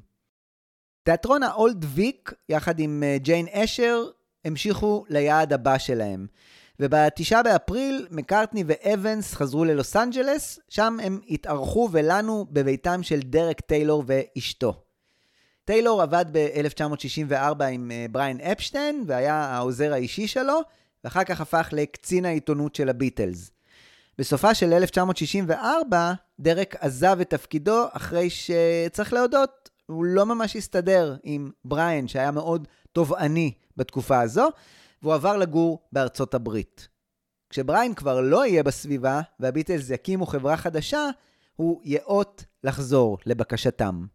תיאטרון האולד ויק, יחד עם ג'יין אשר, המשיכו ליעד הבא שלהם. ובתשעה באפריל, מקארטני ואבנס חזרו ללוס אנג'לס, שם הם התארחו ולנו בביתם של דרק טיילור ואשתו. טיילור עבד ב-אלף תשע מאות שישים וארבע עם בריין אפשטיין, והיה העוזר האישי שלו, ואחר כך הפך לקצין העיתונות של הביטלס. בסופה של אלף תשע מאות שישים וארבע, דרק עזב את תפקידו אחרי שצריך להודות, הוא לא ממש הסתדר עם בריין, שהיה מאוד תובעני בתקופה הזו, והוא עבר לגור בארצות הברית. כשבריין כבר לא יהיה בסביבה, והביטלס יקימו חברה חדשה, הוא יאות לחזור לבקשתם.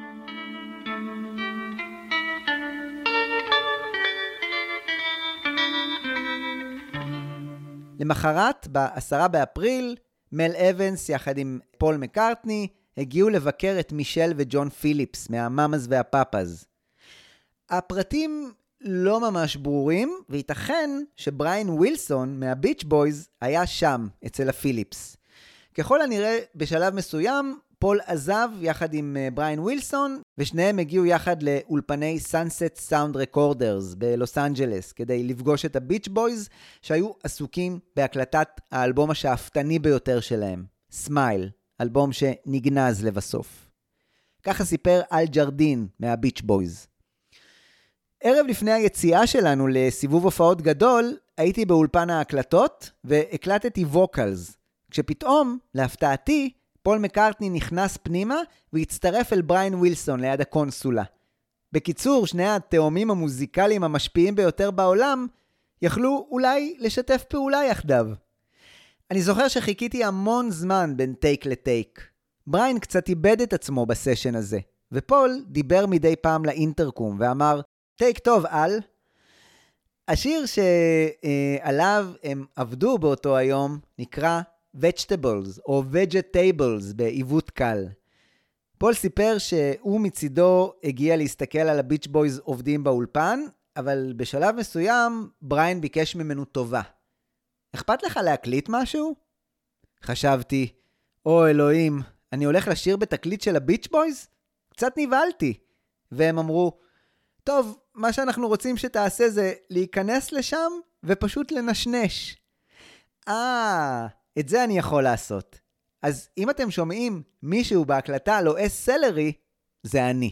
למחרת, ב-עשרה באפריל, מל אבנס יחד עם פול מקארטני הגיעו לבקר את מישל וג'ון פיליפס מהמאמאז והפאפאז. הפרטים לא ממש ברורים, וייתכן שבריין ווילסון מהביץ' בויז היה שם אצל הפיליפס. ככל הנראה בשלב מסוים פול עזב יחד עם בריין ווילסון, ושניהם הגיעו יחד לאולפני Sunset Sound Recorders בלוס אנג'לס, כדי לפגוש את הביץ' בויז, שהיו עסוקים בהקלטת האלבום השאפתני ביותר שלהם, סמייל, אלבום שנגנז לבסוף. ככה סיפר אל ג'רדין מהביץ' בויז. ערב לפני היציאה שלנו לסיבוב הופעות גדול, הייתי באולפן ההקלטות והקלטתי ווקלס, כשפתאום, להפתעתי, פול מקארטני נכנס פנימה והצטרף אל בריין ווילסון ליד הקונסולה. בקיצור, שני התאומים המוזיקליים המשפיעים ביותר בעולם יכלו אולי לשתף פעולה יחדיו. אני זוכר שחיכיתי המון זמן בין טייק לטייק. בריין קצת איבד את עצמו בסשן הזה, ופול דיבר מדי פעם לאינטרקום ואמר, טייק טוב, אל. השיר שעליו הם עבדו באותו היום נקרא Vegetables או Vegetables בעיוות קל. פול סיפר שהוא מצידו הגיע להסתכל על הביץ' בויז עובדים באולפן, אבל בשלב מסוים בריין ביקש ממנו טובה. אכפת לך להקליט משהו? חשבתי, או אלוהים, אני הולך לשיר בתקליט של הביץ' בויז? קצת נבהלתי. והם אמרו, טוב, מה שאנחנו רוצים שתעשה זה להיכנס לשם ופשוט לנשנש. אה, את זה אני יכול לעשות. אז אם אתם שומעים מישהו בהקלטה לועס סלרי, זה אני.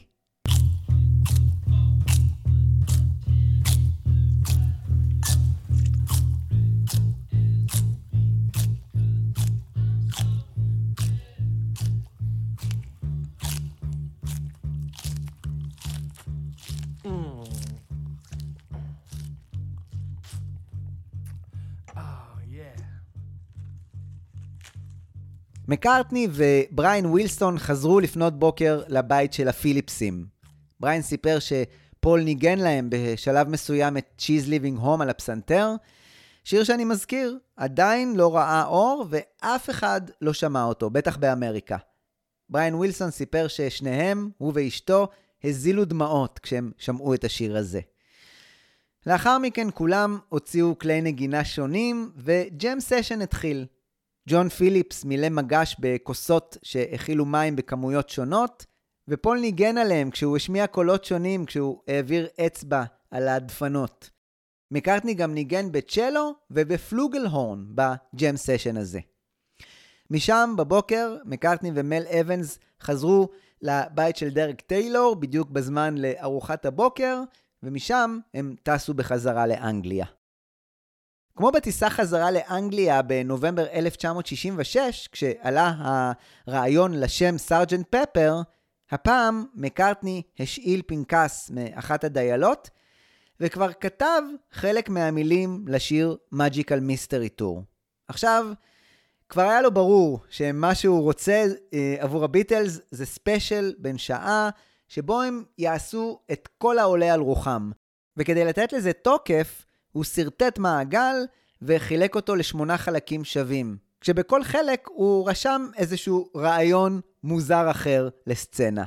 מקארטני ובריין ווילסון חזרו לפנות בוקר לבית של הפיליפסים. בריין סיפר שפול ניגן להם בשלב מסוים את She's Living Home על הפסנתר, שיר שאני מזכיר, עדיין לא ראה אור ואף אחד לא שמע אותו, בטח באמריקה. בריין ווילסון סיפר ששניהם, הוא ואשתו, הזילו דמעות כשהם שמעו את השיר הזה. לאחר מכן כולם הוציאו כלי נגינה שונים, וג'ם סשן התחיל. ג'ון פיליפס מילא מגש בכוסות שהכילו מים בכמויות שונות, ופול ניגן עליהם כשהוא השמיע קולות שונים כשהוא העביר אצבע על הדפנות. מקארטני גם ניגן בצ'לו ובפלוגלהורן בג'ם סשן הזה. משם בבוקר מקארטני ומל אבנס חזרו לבית של דרק טיילור בדיוק בזמן לארוחת הבוקר, ומשם הם טסו בחזרה לאנגליה. כמו בטיסה חזרה לאנגליה בנובמבר אלף תשע מאות שישים ושש, כשעלה הרעיון לשם סארג'נט פפר, הפעם מקארטני השאיל פנקס מאחת הדיילות, וכבר כתב חלק מהמילים לשיר Magical Mystery Tour. עכשיו, כבר היה לו ברור שמה שהוא רוצה אה, עבור הביטלס זה ספיישל בן שעה, שבו הם יעשו את כל העולה על רוחם. וכדי לתת לזה תוקף, הוא סרטט מעגל וחילק אותו לשמונה חלקים שווים. כשבכל חלק הוא רשם איזשהו רעיון מוזר אחר לסצנה.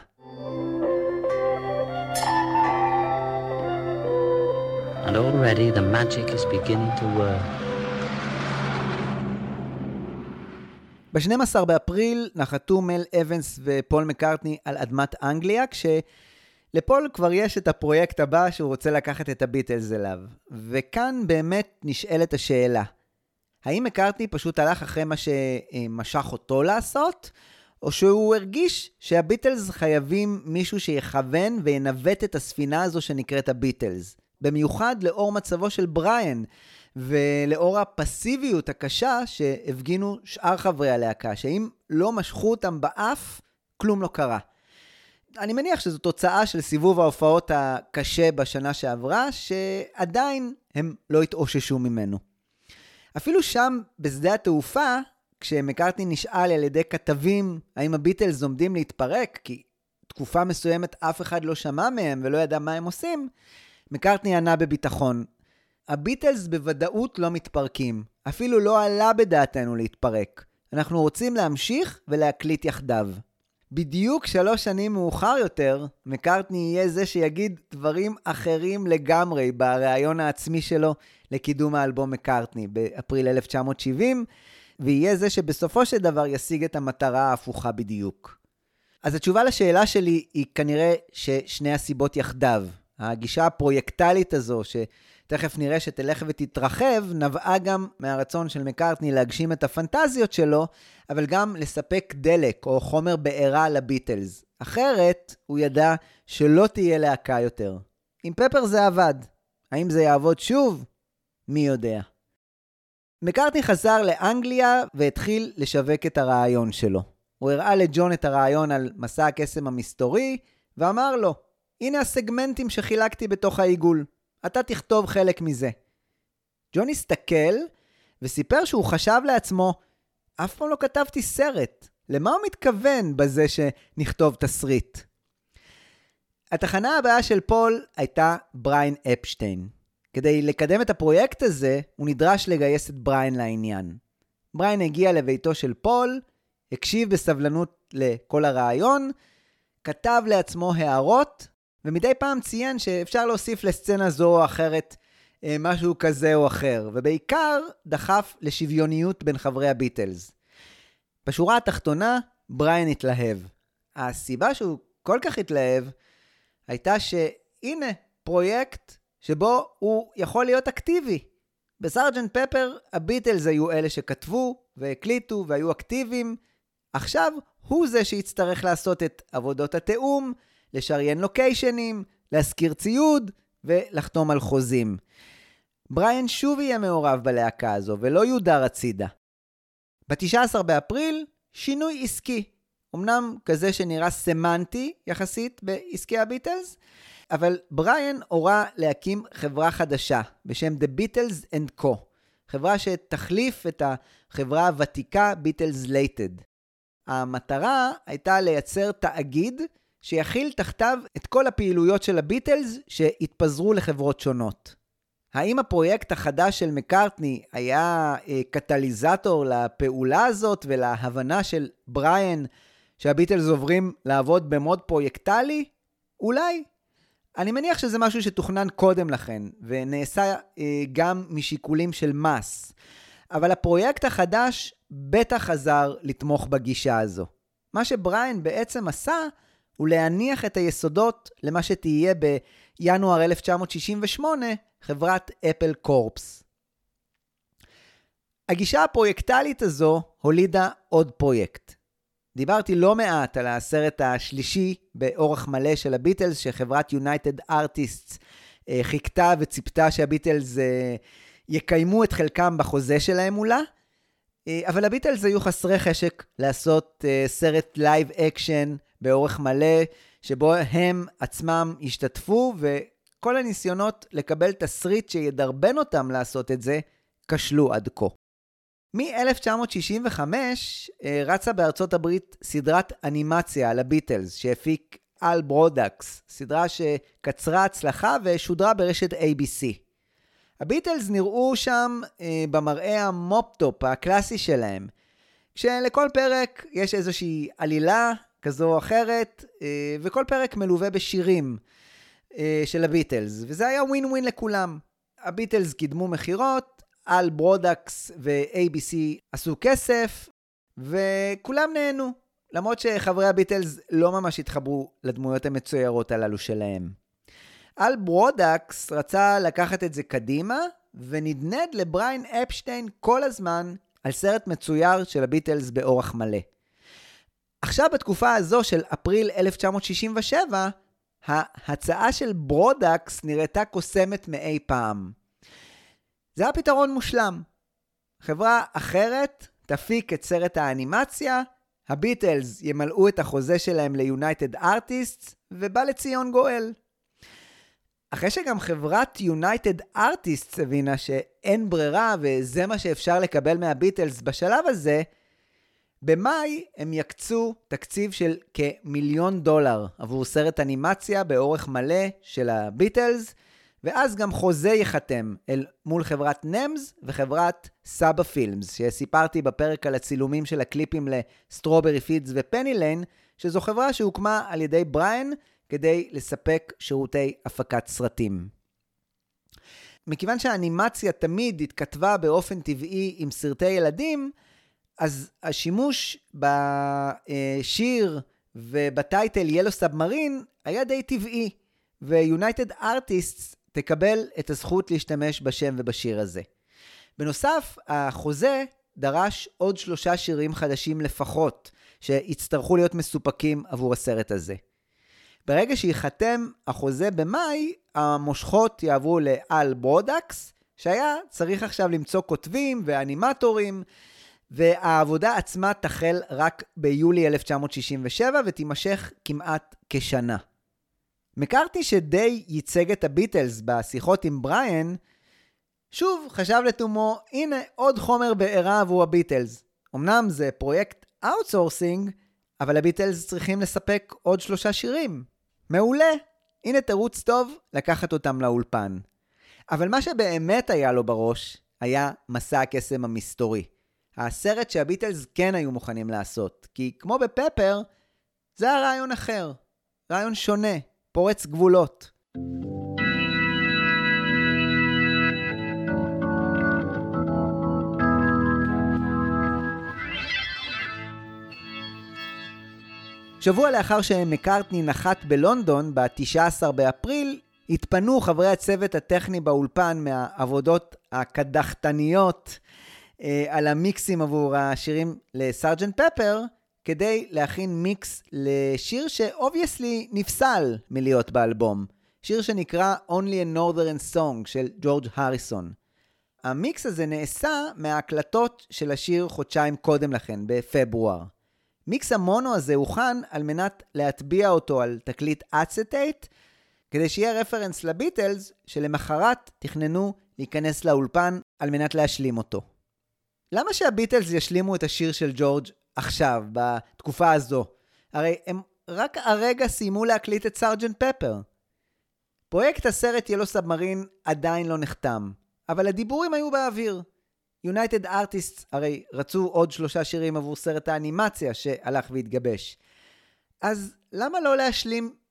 And already the magic is beginning to work. ב-שנים עשר באפריל נחתו מל אבנס ופול מקארטני על אדמת אנגליה, כשלפול כבר יש את הפרויקט הבא שהוא רוצה לקחת את הביטלס אליו. וכאן באמת נשאלת השאלה, האם מקארטני פשוט הלך אחרי מה שמשך אותו לעשות, או שהוא הרגיש שהביטלס חייבים מישהו שיכוון וינווט את הספינה הזו שנקראת הביטלס, במיוחד לאור מצבו של בריאן, ולאור הפסיביות הקשה שהפגינו שאר חברי הלהקה, שאם לא משכו אותם באף, כלום לא קרה. אני מניח שזו תוצאה של סיבוב ההופעות הקשה בשנה שעברה, שעדיין הם לא התאוששו ממנו. אפילו שם בשדה התעופה, כשמקארטני נשאל על ידי כתבים האם הביטלס עומדים להתפרק, כי תקופה מסוימת אף אחד לא שמע מהם ולא ידע מה הם עושים, מקארטני ענה בביטחון, הביטלס בוודאות לא מתפרקים, אפילו לא עלה בדעתנו להתפרק. אנחנו רוצים להמשיך ולהקליט יחדיו. בדיוק שלוש שנים מאוחר יותר, מקארטני יהיה זה שיגיד דברים אחרים לגמרי ברעיון העצמי שלו לקידום האלבום מקארטני באפריל אלף תשע מאות שבעים, ויהיה זה שבסופו של דבר ישיג את המטרה ההפוכה בדיוק. אז התשובה לשאלה שלי היא כנראה ששני הסיבות יחדיו. הגישה הפרויקטלית הזו שתכף נראה שתלך ותתרחב, נבעה גם מהרצון של מקארטני להגשים את הפנטזיות שלו, אבל גם לספק דלק או חומר בעירה לביטלס. אחרת הוא ידע שלא תהיה להקה יותר. עם פפר זה עבד. האם זה יעבוד שוב? מי יודע. מקארטני חזר לאנגליה והתחיל לשווק את הרעיון שלו. הוא הראה לג'ון את הרעיון על מסע הקסם המסתורי, ואמר לו, הנה הסגמנטים שחילקתי בתוך העיגול. אתה תכתוב חלק מזה. ג'ון הסתכל וסיפר שהוא חשב לעצמו, אף פעם לא כתבתי סרט. למה הוא מתכוון בזה שנכתוב תסריט? התחנה הבאה של פול הייתה בריין אפשטיין. כדי לקדם את הפרויקט הזה, הוא נדרש לגייס את בריין לעניין. בריין הגיע לביתו של פול, הקשיב בסבלנות לכל הרעיון, כתב לעצמו הערות, ומדי פעם ציין שאפשר להוסיף לסצנה זו או אחרת משהו כזה או אחר, ובעיקר דחף לשוויוניות בין חברי הביטלס. בשורה התחתונה, בריין התלהב. הסיבה שהוא כל כך התלהב, הייתה שהנה פרויקט שבו הוא יכול להיות אקטיבי. בסארג'נט פפר, הביטלס היו אלה שכתבו והקליטו והיו אקטיביים. עכשיו הוא זה שיצטרך לעשות את עבודות התאום, לשריין לוקיישנים, להזכיר ציוד ולחתום על חוזים. בריין שוב יהיה מעורב בלהקה הזו ולא יודר הצידה. ב-תשעה עשר באפריל, שינוי עסקי. אמנם כזה שנראה סמנטי יחסית בעסקי הביטלס, אבל בריין הורה להקים חברה חדשה בשם The Beatles and Co. חברה שתחליף את החברה הוותיקה Beatles Lated. המטרה הייתה לייצר תאגיד שיכיל תחתיו את כל הפעילויות של הביטלס שהתפזרו לחברות שונות. האם הפרויקט החדש של מקארטני היה אה, קטליזטור לפעולה הזאת ולהבנה של בריין שהביטלס עוברים לעבוד במוד פרויקטלי? אולי. אני מניח שזה משהו שתוכנן קודם לכן, ונעשה אה, גם משיקולים של מס. אבל הפרויקט החדש בטח עזר לתמוך בגישה הזו. מה שבריין בעצם עשה, הוא להניח את היסודות למה שתהיה בינואר אלף תשע מאות שישים ושמונה, חברת אפל קורפס. הגישה הפרויקטלית הזו הולידה עוד פרויקט. דיברתי לא מעט על הסרט השלישי באורך מלא של הביטלס, שחברת United Artists אה, חיכתה וציפתה שהביטלס אה, יקיימו את חלקם בחוזה שלהם מולה, אה, אבל הביטלס היו חסרי חשק לעשות אה, סרט לייב אקשן באורך מלא, שבו הם עצמם השתתפו, וכל הניסיונות לקבל תסריט שידרבן אותם לעשות את זה, כשלו עד כה. מ-אלף תשע מאות שישים וחמש רצה בארצות הברית סדרת אנימציה על הביטלס שהפיק אל ברודקס, סדרה שקצרה הצלחה ושודרה ברשת איי בי סי. הביטלס נראו שם אה, במראה המופ-טופ הקלאסי שלהם, כשלכל פרק יש איזושהי עלילה כזו או אחרת, אה, וכל פרק מלווה בשירים אה, של הביטלס, וזה היה ווין ווין לכולם. הביטלס קידמו מחירות, אל ברודקס ו-איי בי סי עשו כסף, וכולם נהנו, למרות שחברי הביטלס לא ממש התחברו לדמויות המצוירות הללו שלהם. אל ברודקס רצה לקחת את זה קדימה, ונדנד לבריין אפשטיין כל הזמן על סרט מצויר של הביטלס באורח מלא. עכשיו בתקופה הזו של אפריל אלף תשע מאות שישים ושבע, ההצעה של ברודקס נראתה קוסמת מאי פעם. זה היה פתרון מושלם. חברה אחרת תפיק את סרט האנימציה, הביטלס ימלאו את החוזה שלהם ל-United Artists, ובא לציון גואל. אחרי שגם חברת United Artists הבינה שאין ברירה וזה מה שאפשר לקבל מהביטלס בשלב הזה, במאי הם יקצו תקציב של כמיליון דולר עבור סרט אנימציה באורך מלא של הביטלס, ואז גם חוזה יחתם אל מול חברת נמס וחברת סאבה פילמס, שסיפרתי בפרק על הצילומים של הקליפים לסטרוברי פידס ופני ליין, שזו חברה שהוקמה על ידי בריין כדי לספק שירותי הפקת סרטים. מכיוון שהאנימציה תמיד התכתבה באופן טבעי עם סרטי ילדים, אז השימוש בשיר ובטייטל ילו סאבמרין היה די טבעי, ו-United Artists תקבל את הזכות להשתמש בשם ובשיר הזה. בנוסף, החוזה דרש עוד שלושה שירים חדשים לפחות, שיצטרכו להיות מסופקים עבור הסרט הזה. ברגע שיחתם החוזה במאי, המושכות יעברו לאל ברודקס, שהיה צריך עכשיו למצוא כותבים ואנימטורים, והעבודה עצמה תחל רק ביולי אלף תשע מאות שישים ושבע ותימשך כמעט כשנה. מקארטני שדי ייצג את הביטלס בשיחות עם בריין, שוב חשב לתומו, הנה עוד חומר בעירה עבור הביטלס. אמנם זה פרויקט אאוטסורסינג, אבל הביטלס צריכים לספק עוד שלושה שירים. מעולה, הנה תירוץ טוב לקחת אותם לאולפן. אבל מה שבאמת היה לו בראש, היה מסע הקסם המסתורי. הסרט שהביטלס כן היו מוכנים לעשות, כי כמו בפפר, זה היה רעיון אחר, רעיון שונה, פורץ גבולות. שבוע לאחר שמקארטני נחת בלונדון, ב-תשעה עשר באפריל, התפנו חברי הצוות הטכני באולפן מהעבודות הקדחתניות אה, על המיקסים עבור השירים לסארג'נט פפר, כדי להכין מיקס לשיר שאובייסלי נפסל מלהיות באלבום. שיר שנקרא Only a Northern Song של ג'ורג' הריסון. המיקס הזה נעשה מההקלטות של השיר חודשיים קודם לכן, בפברואר. מיקס המונו הזה הוכן על מנת להטביע אותו על תקליט אצטייט, כדי שיהיה רפרנס לביטלס שלמחרת תכננו להיכנס לאולפן על מנת להשלים אותו. למה שהביטלס ישלימו את השיר של ג'ורג' עכשיו, בתקופה הזו? הרי הם רק הרגע סיימו להקליט את סארג'נט פפר. פרויקט הסרט ילו סאבמרין עדיין לא נחתם, אבל הדיבורים היו באוויר. United Artists הרי רצו עוד שלושה שירים עבור סרט האנימציה שהלך והתגבש. אז למה לא להשלים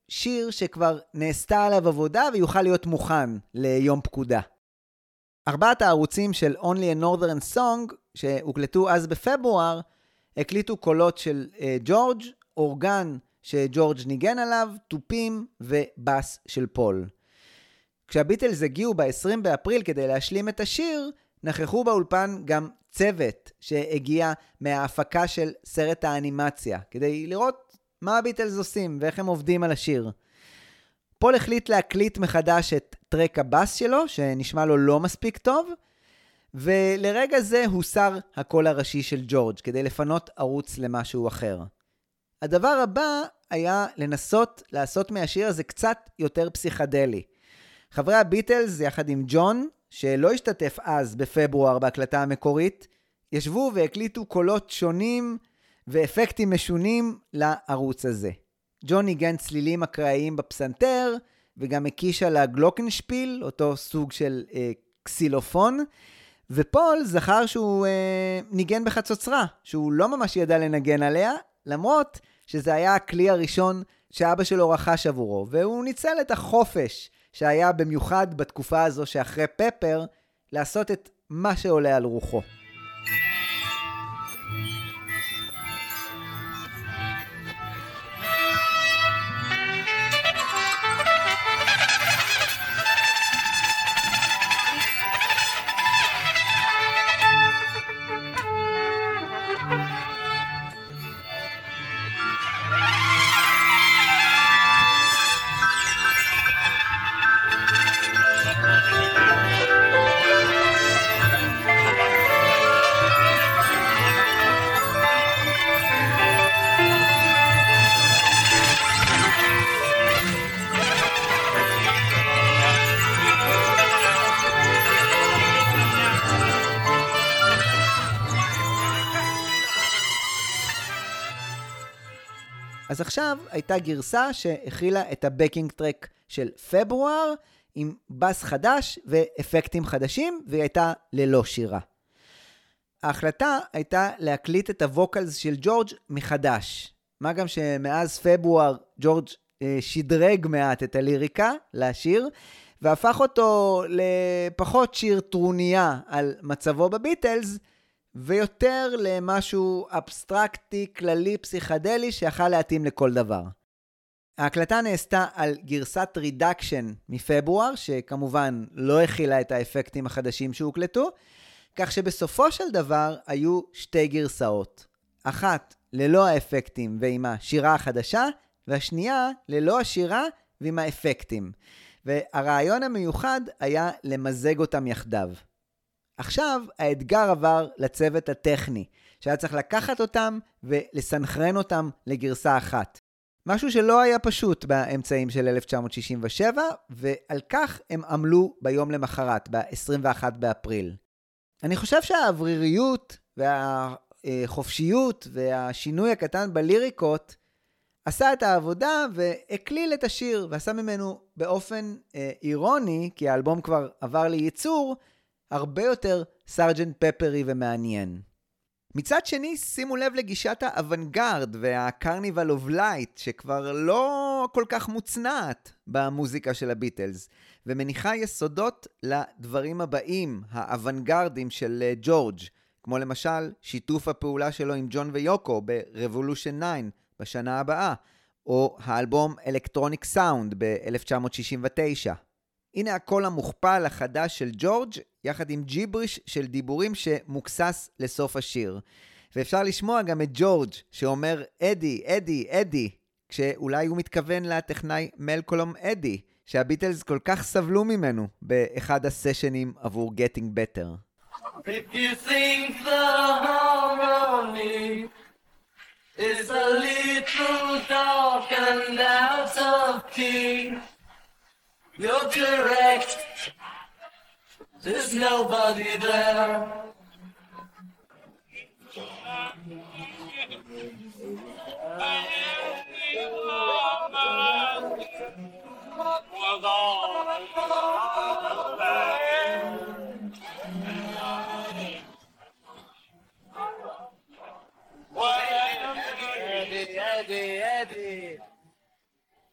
שיר שכבר נעשתה עליו עבודה ויוכל להיות מוכן ליום פקודה. ארבעת הערוצים של Only a Northern Song שהוקלטו אז בפברואר, הקליטו קולות של uh, ג'ורג', אורגן שג'ורג' ניגן עליו, טופים ובאס של פול. כשהביטלס הגיעו ב-עשרים באפריל כדי להשלים את השיר, נכחו באולפן גם צוות שהגיע מההפקה של סרט האנימציה, כדי לראות מה הביטלס עושים ואיך הם עובדים על השיר. פול החליט להקליט מחדש את טרק הבאס שלו, שנשמע לו לא מספיק טוב, ולרגע זה הוסר הקול הראשי של ג'ורג' כדי לפנות ערוץ למשהו אחר. הדבר הבא היה לנסות לעשות מהשיר הזה קצת יותר פסיכדלי. חברי הביטלס, יחד עם ג'ון, שלא השתתף אז בפברואר בהקלטה המקורית, ישבו והקליטו קולות שונים ואפקטים משונים לערוץ הזה. ג'ון ניגן צלילים אקראיים בפסנתר, וגם הקיש על הגלוקנשפיל, אותו סוג של אה, קסילופון, ופול זכר שהוא אה, ניגן בחצוצרה, שהוא לא ממש ידע לנגן עליה, למרות שזה היה הכלי הראשון שאבא שלו רכש עבורו, והוא ניצל את החופש שהיה במיוחד בתקופה הזו שאחרי פפר, לעשות את מה שעולה על רוחו. אז עכשיו הייתה גרסה שהכילה את הבקינג טרק של פברואר עם בס חדש ואפקטים חדשים, והיא הייתה ללא שירה. ההחלטה הייתה להקליט את הווקלס של ג'ורג' מחדש. מה גם שמאז פברואר ג'ורג' שדרג מעט את הליריקה לשיר, והפך אותו לפחות שיר טרוניה על מצבו בביטלס, ויותר למשהו אבסטרקטי, כללי, פסיכדלי, שיכל להתאים לכל דבר. ההקלטה נעשתה על גרסת רידקשן מפברואר, שכמובן לא הכילה את האפקטים החדשים שהוקלטו, כך שבסופו של דבר היו שתי גרסאות. אחת ללא האפקטים ועם השירה החדשה, והשנייה ללא השירה ועם האפקטים. והרעיון המיוחד היה למזג אותם יחדיו. עכשיו האתגר עבר לצוות הטכני, שהיה צריך לקחת אותם ולסנכרן אותם לגרסה אחת. משהו שלא היה פשוט באמצעים של אלף תשע מאות שישים ושבע, ועל כך הם עמלו ביום למחרת, ב-עשרים ואחד באפריל. אני חושב שהאווריריות והחופשיות והשינוי הקטן בליריקות עשה את העבודה והקליל את השיר, ועשה ממנו באופן אה, אירוני, כי האלבום כבר עבר לייצור, הרבה יותר סארג'נט פפרי ומעניין. מצד שני, שימו לב לגישת האוונגרד והקרניבל אוף לייט, שכבר לא כל כך מוצנעת במוזיקה של הביטלס, ומניחה יסודות לדברים הבאים, האוונגרדים של ג'ורג', כמו למשל שיתוף הפעולה שלו עם ג'ון ויוקו ב-Revolution תשע בשנה הבאה, או האלבום אלקטרוניק סאונד ב-אלף תשע מאות שישים ותשע. הנה הקול המוכפל החדש של ג'ורג' יחד עם ג'יבריש של דיבורים שמוקסס לסוף השיר. ואפשר לשמוע גם את ג'ורג' שאומר אדי, אדי, אדי, כשאולי הוא מתכוון לטכנאי מלקולום אדי, שהביטלס כל כך סבלו ממנו באחד הסשנים עבור Getting Better. If you think the harmony is a little dark and out of key, you're correct, there's nobody there.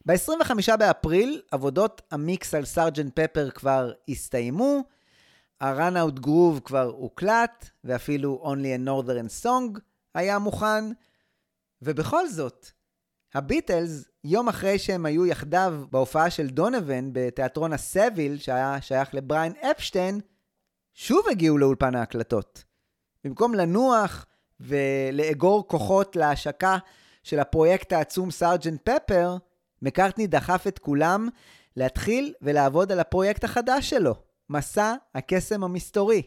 ב-עשרים וחמישה באפריל, עבודות המיקס על סארג'נט פפר כבר הסתיימו, ה-Run Out Groove כבר הוקלט, ואפילו Only a Northern Song היה מוכן, ובכל זאת, הביטלס, יום אחרי שהם היו יחדיו בהופעה של דונובן בתיאטרון הסביל, שהיה שייך לבריין אפשטיין, שוב הגיעו לאולפן ההקלטות. במקום לנוח ולאגור כוחות להשקה של הפרויקט העצום סארג'נט פפר, מקארטני דחף את כולם להתחיל ולעבוד על הפרויקט החדש שלו, מסע הקסם המסתורי.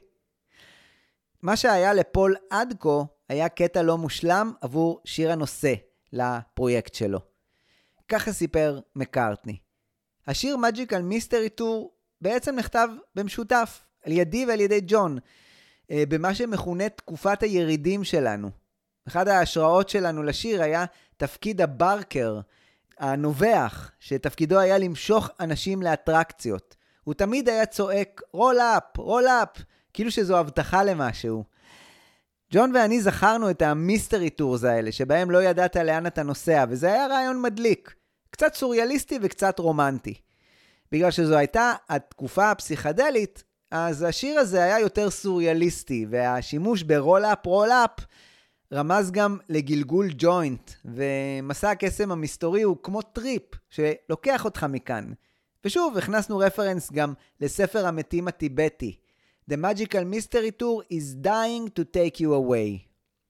מה שהיה לפול עד כה היה קטע לא מושלם עבור שיר הנושא לפרויקט שלו. ככה סיפר מקארטני. השיר Magical Mystery Tour בעצם נכתב במשותף, על ידי ועל ידי ג'ון, במה שמכונה תקופת הירידים שלנו. אחד ההשראות שלנו לשיר היה תפקיד הברקר, הנובח, שתפקידו היה למשוך אנשים לאטרקציות. הוא תמיד היה צועק, רול אפ, רול אפ, כאילו שזו הבטחה למשהו. ג'ון ואני זכרנו את המיסטרי טורס האלה, שבהם לא ידעת לאן אתה נוסע, וזה היה רעיון מדליק, קצת סוריאליסטי וקצת רומנטי. בגלל שזו הייתה התקופה הפסיכדלית, אז השיר הזה היה יותר סוריאליסטי, והשימוש ברול אפ, רול אפ, רמז גם לגלגול ג'וינט, ומסע הקסם המסתורי הוא כמו טריפ שלוקח אותך מכאן. ושוב, הכנסנו רפרנס גם לספר המתים הטיבטי. The Magical Mystery Tour is dying to take you away.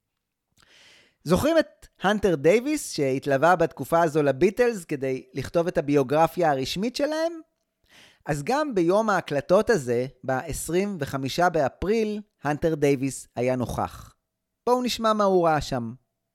זוכרים את הנטר דייביס שהתלווה בתקופה הזו לביטלס כדי לכתוב את הביוגרפיה הרשמית שלהם? אז גם ביום ההקלטות הזה, ב-עשרים וחמישה באפריל, הנטר דייביס היה נוכח. בואו נשמע מה הוא ראה שם.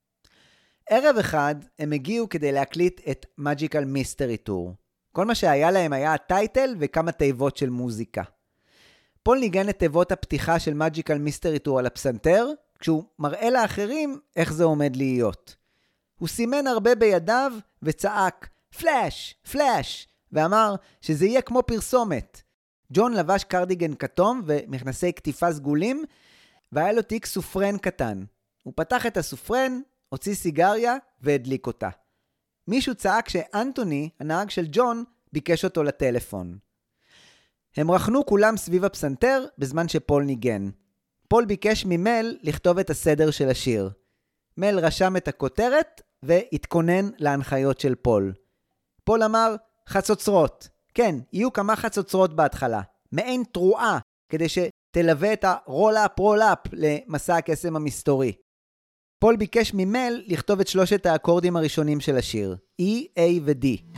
ערב אחד הם הגיעו כדי להקליט את Magical Mystery Tour. כל מה שהיה להם היה הטייטל וכמה תיבות של מוזיקה. פול ניגן את תיבות הפתיחה של Magical Mystery Tour על הפסנתר, כשהוא מראה לאחרים איך זה עומד להיות. הוא סימן הרבה בידיו וצעק פלאש, פלאש, ואמר שזה יהיה כמו פרסומת. ג'ון לבש קרדיגן כתום ומכנסי כתיפה סגולים, והיה לו תיק סופרן קטן. הוא פתח את הסופרן, הוציא סיגריה והדליק אותה. מישהו צעק שאנטוני, הנהג של ג'ון, ביקש אותו לטלפון. הם רחנו כולם סביב הפסנתר בזמן שפול ניגן. פול ביקש ממל לכתוב את הסדר של השיר. מל רשם את הכותרת והתכונן להנחיות של פול. פול אמר, חצוצרות. כן, יהיו כמה חצוצרות בהתחלה. מעין תרועה, כדי שתלווה את הרול-אפ, רול-אפ למסע הקסם המסתורי. פול ביקש ממל לכתוב את שלושת האקורדים הראשונים של השיר. E, A ו-D.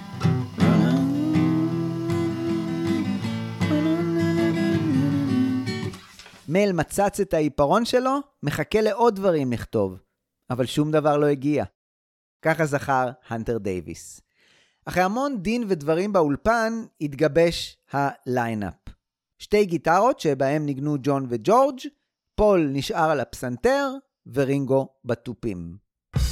מל מצץ את העיפרון שלו, מחכה לעוד דברים לכתוב. אבל שום דבר לא הגיע. ככה זכר הנטר דייביס. אחרי המון דין ודברים באולפן, התגבש הליינאפ. שתי גיטרות שבהם ניגנו ג'ון וג'ורג', פול נשאר על הפסנתר, ורינגו בטופים.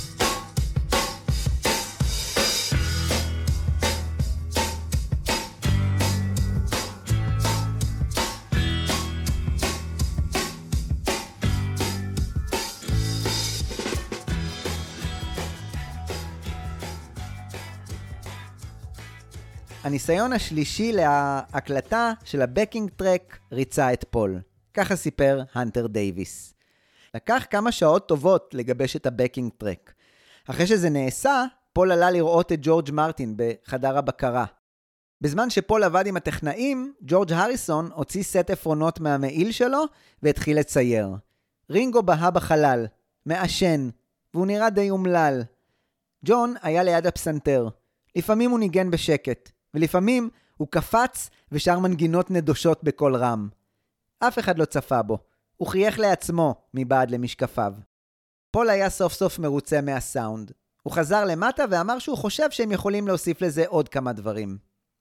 הניסיון השלישי להקלטה של הבקינג טרק ריצה את פול. ככה סיפר הנטר דייביס. לקח כמה שעות טובות לגבש את הבקינג טרק. אחרי שזה נעשה, פול עלה לראות את ג'ורג' מרטין בחדר הבקרה. בזמן שפול עבד עם הטכנאים, ג'ורג' הריסון הוציא סט עפרונות מהמעיל שלו והתחיל לצייר. רינגו בהה בחלל, מעשן, והוא נראה די אומלל. ג'ון היה ליד הפסנתר. לפעמים הוא ניגן בשקט, ולפעמים הוא קפץ ושר מנגינות נדושות בכל רם. אף אחד לא צפה בו. הוא חייך לעצמו מבעד למשקפיו. פול היה סוף סוף מרוצה מהסאונד. הוא חזר למטה ואמר שהוא חושב שהם יכולים להוסיף לזה עוד כמה דברים.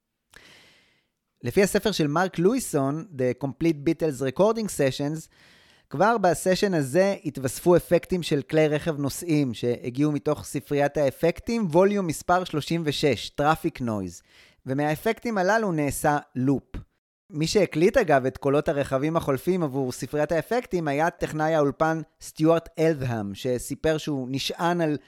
לפי הספר של מרק לואיסון, The Complete Beatles Recording Sessions, כבר בסשן הזה התווספו אפקטים של כלי רכב נוסעים שהגיעו מתוך ספריית האפקטים, ווליום מספר שלושים ושש, Traffic Noise, ומהאפקטים הללו נעשה לופ. מי שהקליט אגב את קולות הרכבים החולפים עבור ספריית האפקטים היה טכנאי האולפן סטיוארט אלדהאם, שסיפר שהוא נשען על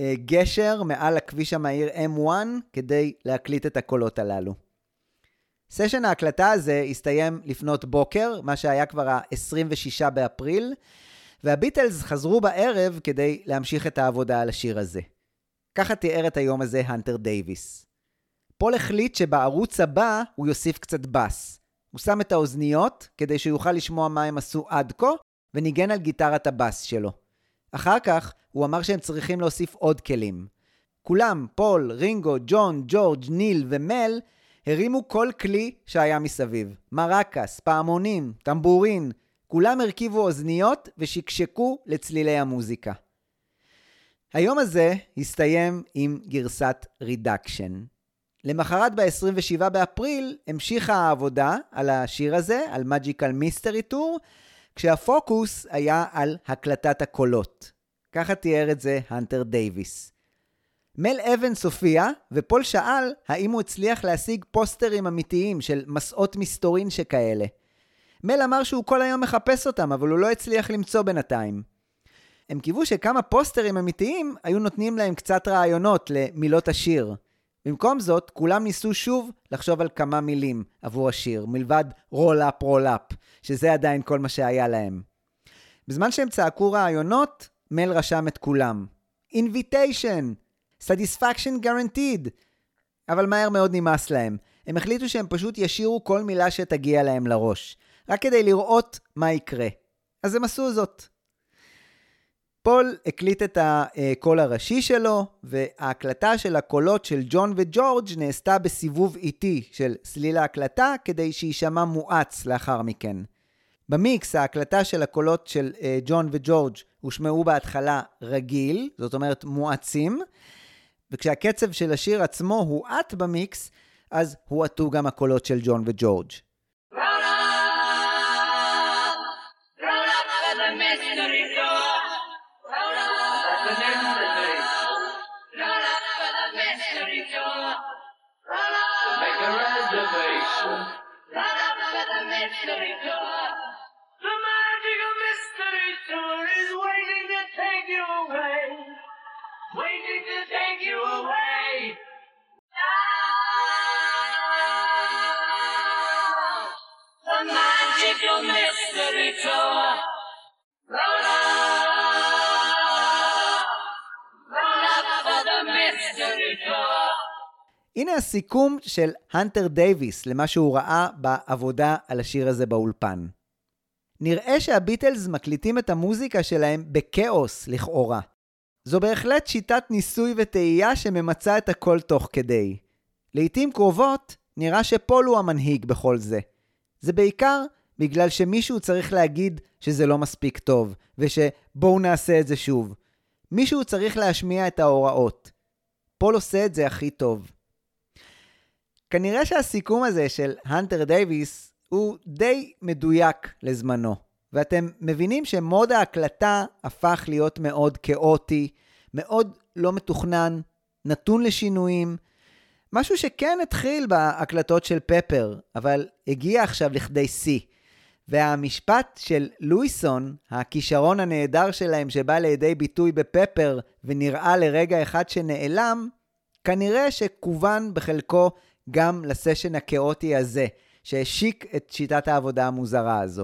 גשר מעל הכביש המהיר אם וואן כדי להקליט את הקולות הללו. סשן ההקלטה הזה הסתיים לפנות בוקר, מה שהיה כבר ה-עשרים ושישה באפריל, והביטלס חזרו בערב כדי להמשיך את העבודה על השיר הזה. ככה תיאר את היום הזה הנטר דייביס. פול החליט שבערוץ הבא הוא יוסיף קצת בס. הוא שם את האוזניות כדי שיוכל לשמוע מה הם עשו עד כה, וניגן על גיטרת הבס שלו. אחר כך הוא אמר שהם צריכים להוסיף עוד כלים. כולם, פול, רינגו, ג'ון, ג'ורג', ניל ומל, הרימו כל כלי שהיה מסביב. מרקס, פעמונים, טמבורין, כולם הרכיבו אוזניות ושקשקו לצלילי המוזיקה. היום הזה הסתיים עם גרסת רידקשן. למחרת ב-עשרים ושבעה באפריל המשיכה העבודה על השיר הזה, על Magical Mystery Tour, כשהפוקוס היה על הקלטת הקולות. ככה תיאר את זה הנטר דייביס. מל אבנס הופיע, ופול שאל האם הוא הצליח להשיג פוסטרים אמיתיים של מסעות מסתורין שכאלה. מל אמר שהוא כל היום מחפש אותם, אבל הוא לא הצליח למצוא בינתיים. הם קיוו שכמה פוסטרים אמיתיים היו נותנים להם קצת רעיונות למילות השיר. במקום זאת, כולם ניסו שוב לחשוב על כמה מילים עבור השיר, מלבד רול אפ רול אפ, שזה עדיין כל מה שהיה להם. בזמן שהם צעקו רעיונות, מל רשם את כולם. Invitation, Satisfaction Guaranteed. אבל מהר מאוד נמאס להם. הם החליטו שהם פשוט ישירו כל מילה שתגיע להם לראש, רק כדי לראות מה יקרה. אז הם עשו זאת. פול הקליט את הקול הראשי שלו, וההקלטה של הקולות של ג'ון וג'ורג' נעשתה בסיבוב איטי של סליל ההקלטה, כדי שישמע מואץ לאחר מכן. במיקס, ההקלטה של הקולות של ג'ון וג'ורג' הושמעו בהתחלה רגיל, זאת אומרת מואצים, וכשהקצב של השיר עצמו הואט במיקס, אז הואטו גם הקולות של ג'ון וג'ורג'. Waiting to take you away. The magical mystery tour. Roll up, roll up for the mystery tour. הנה הסיכום של הנטר דייביס למה שהוא ראה בעבודה על השיר הזה באולפן. נראה שהביטלס מקליטים את המוזיקה שלהם בקאוס לכאורה. זו בהחלט שיטת ניסוי וטעייה שממצא את הכל תוך כדי. לעתים קרובות נראה שפול הוא המנהיג בכל זה. זה בעיקר בגלל שמישהו צריך להגיד שזה לא מספיק טוב, ושבואו נעשה את זה שוב. מישהו צריך להשמיע את ההוראות. פול עושה את זה הכי טוב. כנראה שהסיכום הזה של הנטר דייביס הוא די מדויק לזמנו. ואתם מבינים שמוד ההקלטה הפך להיות מאוד כאוטי, מאוד לא מתוכנן, נתון לשינויים, משהו שכן התחיל בהקלטות של פפר, אבל הגיע עכשיו לכדי C. והמשפט של לואיסון, הכישרון הנהדר שלהם שבא לידי ביטוי בפפר ונראה לרגע אחד שנעלם, כנראה שכוון בחלקו גם לסשן הכאוטי הזה, שהשיק את שיטת העבודה המוזרה הזו.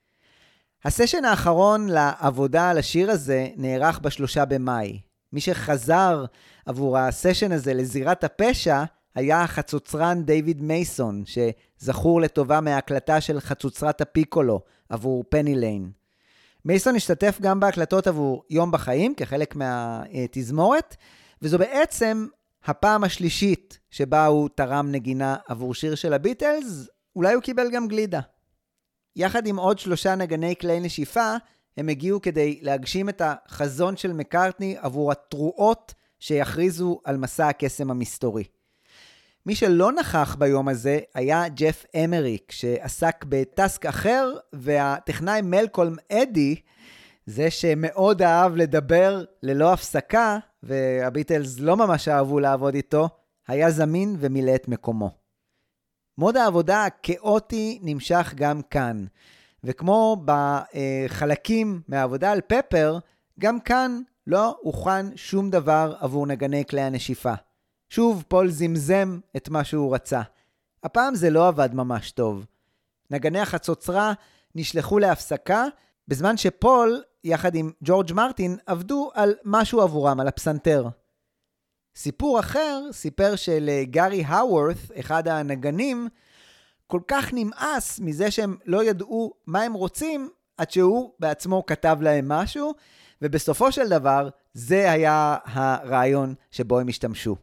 הסשן האחרון לעבודה על השיר הזה נערך בשלושה במאי. מי שחזר עבור הסשן הזה לזירת הפשע היה החצוצרן דיוויד מייסון, שזכור לטובה מההקלטה של חצוצרת הפיקולו עבור פני ליין. מייסון השתתף גם בהקלטות עבור יום בחיים כחלק מהתזמורת, וזו בעצם הפעם השלישית שבה הוא תרם נגינה עבור שיר של הביטלס, אולי הוא קיבל גם גלידה. יחד עם עוד שלושה נגני כלי נשיפה, הם הגיעו כדי להגשים את החזון של מקארטני עבור התרועות שיכריזו על מסע הקסם המסתורי. מי שלא נכח ביום הזה היה ג'ף אמריק, שעסק בטסק אחר, והטכנאי מלקולם אדי, זה שמאוד אהב לדבר ללא הפסקה, והביטלס לא ממש אהבו לעבוד איתו, היה זמין ומילא את מקומו. מוד העבודה הכאוטי נמשך גם כאן, וכמו בחלקים מהעבודה על פפר, גם כאן לא הוכן שום דבר עבור נגני כלי הנשיפה. שוב פול זמזם את מה שהוא רצה. הפעם זה לא עבד ממש טוב. נגני החצוצרה נשלחו להפסקה, בזמן שפול, יחד עם ג'ורג' מרטין, עבדו על משהו עבורם, על הפסנתר. סיפור אחר סיפר שלגארי האוורת, אחד הנגנים, כל כך נמאס מזה שהם לא ידעו מה הם רוצים, עד שהוא בעצמו כתב להם משהו, ובסופו של דבר זה היה הרעיון שבו הם השתמשו.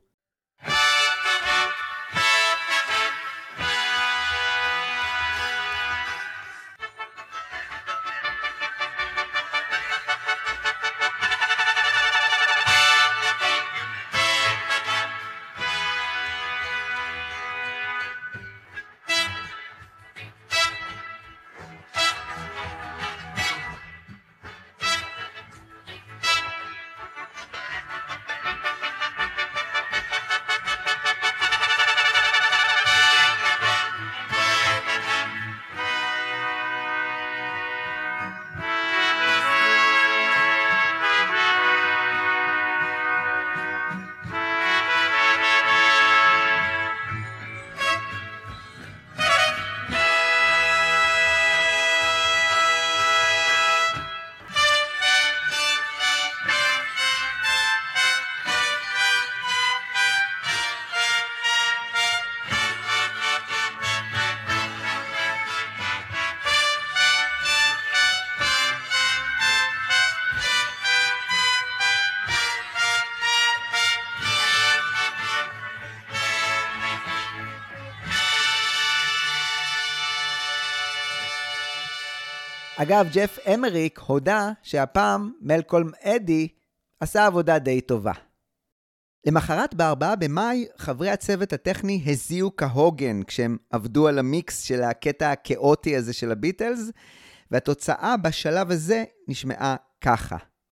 אגב, ג'ף אמריק הודע שהפעם מלקולם אדי עשה עבודה די טובה. למחרת בארבעה במאי, חברי הצוות הטכני הזיעו כהוגן כשהם עבדו על המיקס של הקטע הכאוטי הזה של הביטלס, והתוצאה בשלב הזה נשמעה ככה.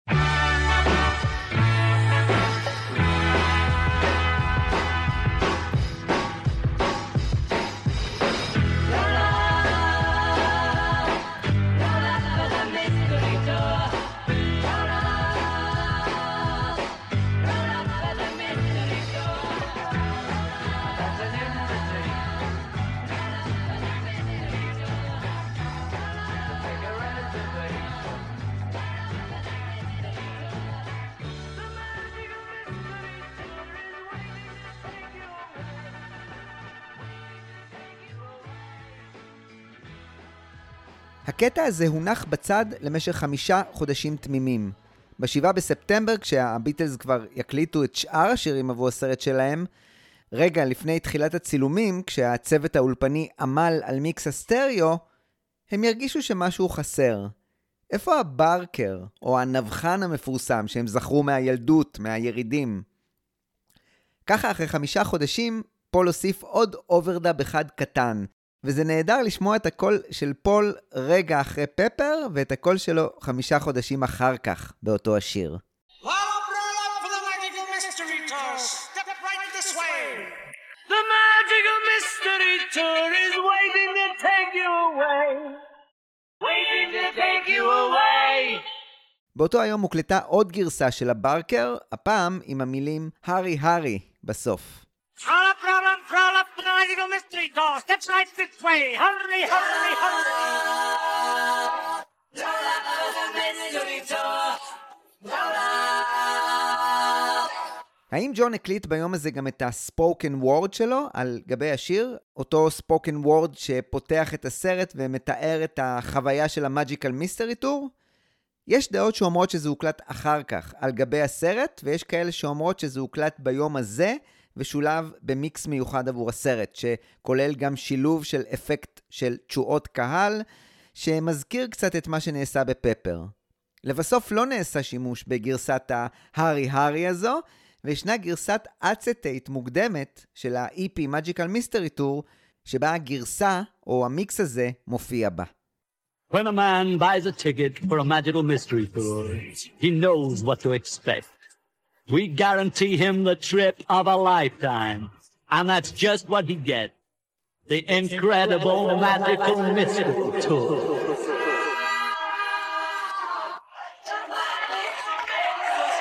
הקטע הזה הונח בצד למשך חמישה חודשים תמימים. בשבעה בספטמבר, כשהביטלס כבר יקליטו את שאר השירים עבור הסרט שלהם, רגע לפני תחילת הצילומים, כשהצוות האולפני עמל על מיקס הסטריאו, הם ירגישו שמשהו חסר. איפה הברקר, או הנבחן המפורסם שהם זכרו מהילדות, מהירידים? ככה אחרי חמישה חודשים, פול הוסיף עוד אוברדאב אחד קטן, וזה נהדר לשמוע את הקול של פול רגע אחרי פפר, ואת הקול שלו חמישה חודשים אחר כך, באותו השיר. The magical mystery tour is waiting to take you away. Waiting to take you away. באותו היום הוקלטה עוד גרסה של הברקר, הפעם עם המילים הרי הרי בסוף. Crawl up, crawl up, crawl up the magical mystery tour. Steps right this way. Hurry, hurry, hurry. The mystery tour. האם ג'ון הקליט ביום הזה גם את הספוקן וורד שלו על גבי השיר? אותו ספוקן וורד שפותח את הסרט ומתאר את החוויה של המאג'יקל מיסטרי טור? יש דעות שאומרות שזה הוקלט אחר כך על גבי הסרט, ויש כאלה שאומרות שזה הוקלט ביום הזה ושולב במיקס מיוחד עבור הסרט, שכולל גם שילוב של אפקט של תשואות קהל, שמזכיר קצת את מה שנעשה בפפר. לבסוף לא נעשה שימוש בגרסת ההרי הרי הזו, וישנה גרסת אצטייט מוקדמת של ה-E P Magical Mystery Tour, שבה הגרסה או המיקס הזה מופיע בה. When a man buys a ticket for a magical mystery tour, he knows what to expect. We guarantee him the trip of a lifetime, and that's just what he gets. The incredible magical mystery tour.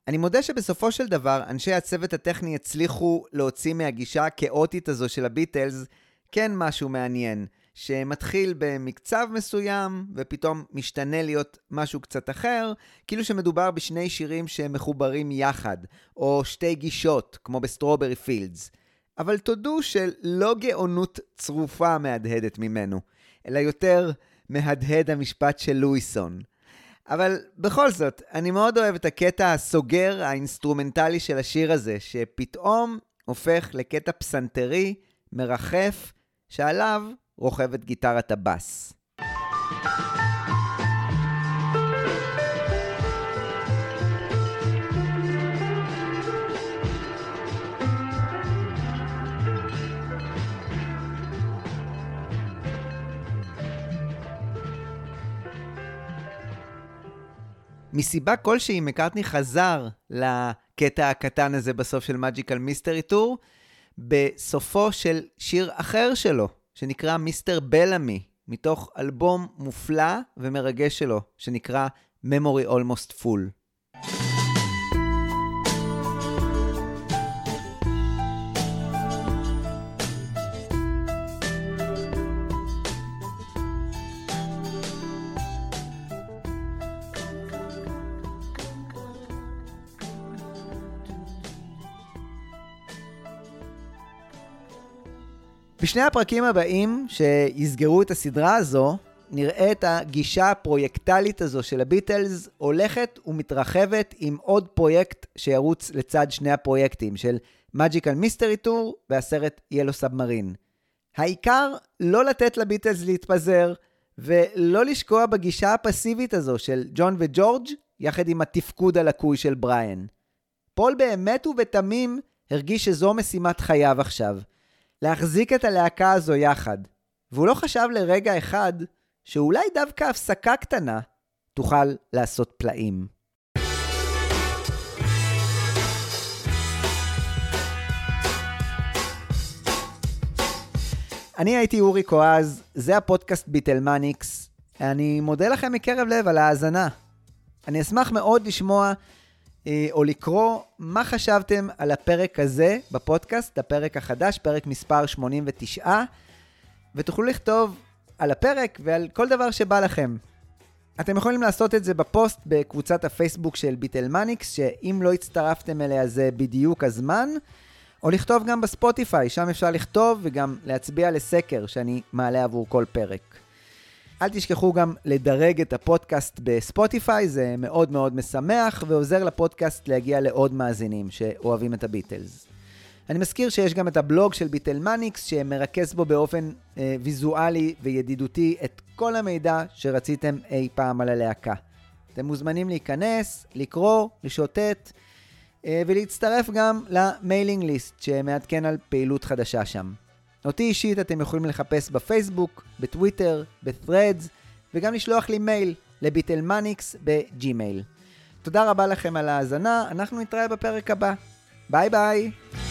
אני מודה שבסופו של דבר, אנשי הצוות הטכני הצליחו להוציא מהגישה הכאוטית הזו של הביטלס, כן משהו מעניין, שמתחיל במקצב מסוים, ופתאום משתנה להיות משהו קצת אחר, כאילו שמדובר בשני שירים שמחוברים יחד, או שתי גישות, כמו בסטרוברי פילדס. אבל תודו שלא גאונות צרופה מהדהדת ממנו, אלא יותר מהדהד המשפט של לואיסון. אבל בכל זאת, אני מאוד אוהב את הקטע הסוגר, האינסטרומנטלי של השיר הזה, שפתאום הופך לקטע פסנתרי, מרחף, שעליו רוכבת גיטרת הבאס. מסיבה כלשהי מקארטני חזר לקטע הקטן הזה בסוף של Magical Mystery Tour, בסופו של שיר אחר שלו, שנקרא מיסטר בלמי, מתוך אלבום מופלא ומרגש שלו, שנקרא Memory Almost Full. בשני הפרקים הבאים שיסגרו את הסדרה הזו, נראה את הגישה הפרויקטלית הזו של הביטלס הולכת ומתרחבת עם עוד פרויקט שירוץ לצד שני הפרויקטים של Magical Mystery Tour והסרט Yellow Submarine. העיקר לא לתת לביטלס להתפזר ולא לשקוע בגישה הפסיבית הזו של ג'ון וג'ורג' יחד עם התפקוד הלקוי של בריאן. פול באמת ובתמים הרגיש שזו משימת חייו עכשיו. להחזיק את הלהקה הזו יחד, והוא לא חשב לרגע אחד שאולי דווקא הפסקה קטנה תוכל לעשות פלאים. אני הייתי אורי קואז, זה הפודקאסט ביטלמניקס. אני מודה לכם מקרב לב על ההאזנה. אני אשמח מאוד לשמוע או לקרוא מה חשבתם על הפרק הזה בפודקאסט, הפרק החדש, פרק מספר שמונים ותשע, ותוכלו לכתוב על הפרק ועל כל דבר שבא לכם. אתם יכולים לעשות את זה בפוסט בקבוצת הפייסבוק של ביטלמניקס, שאם לא הצטרפתם אליה זה בדיוק הזמן, או לכתוב גם בספוטיפיי, שם אפשר לכתוב וגם להצביע לסקר שאני מעלה עבור כל פרק. אל תשכחו גם לדרג את הפודקאסט בספוטיפיי, זה מאוד מאוד משמח ועוזר לפודקאסט להגיע לעוד מאזינים שאוהבים את הביטלס. אני מזכיר שיש גם את הבלוג של ביטלמניקס שמרכז בו באופן אה, ויזואלי וידידותי את כל המידע שרציתם אי פעם על הלהקה. אתם מוזמנים להיכנס, לקרוא, לשוטט אה, ולהצטרף גם למיילינג ליסט שמעדכן על פעילות חדשה שם. אותי אישית אתם יכולים לחפש בפייסבוק, בטוויטר, בת'רדס, וגם לשלוח לי מייל לביטלמניקס בג'ימייל. תודה רבה לכם על ההאזנה, אנחנו נתראה בפרק הבא. ביי ביי!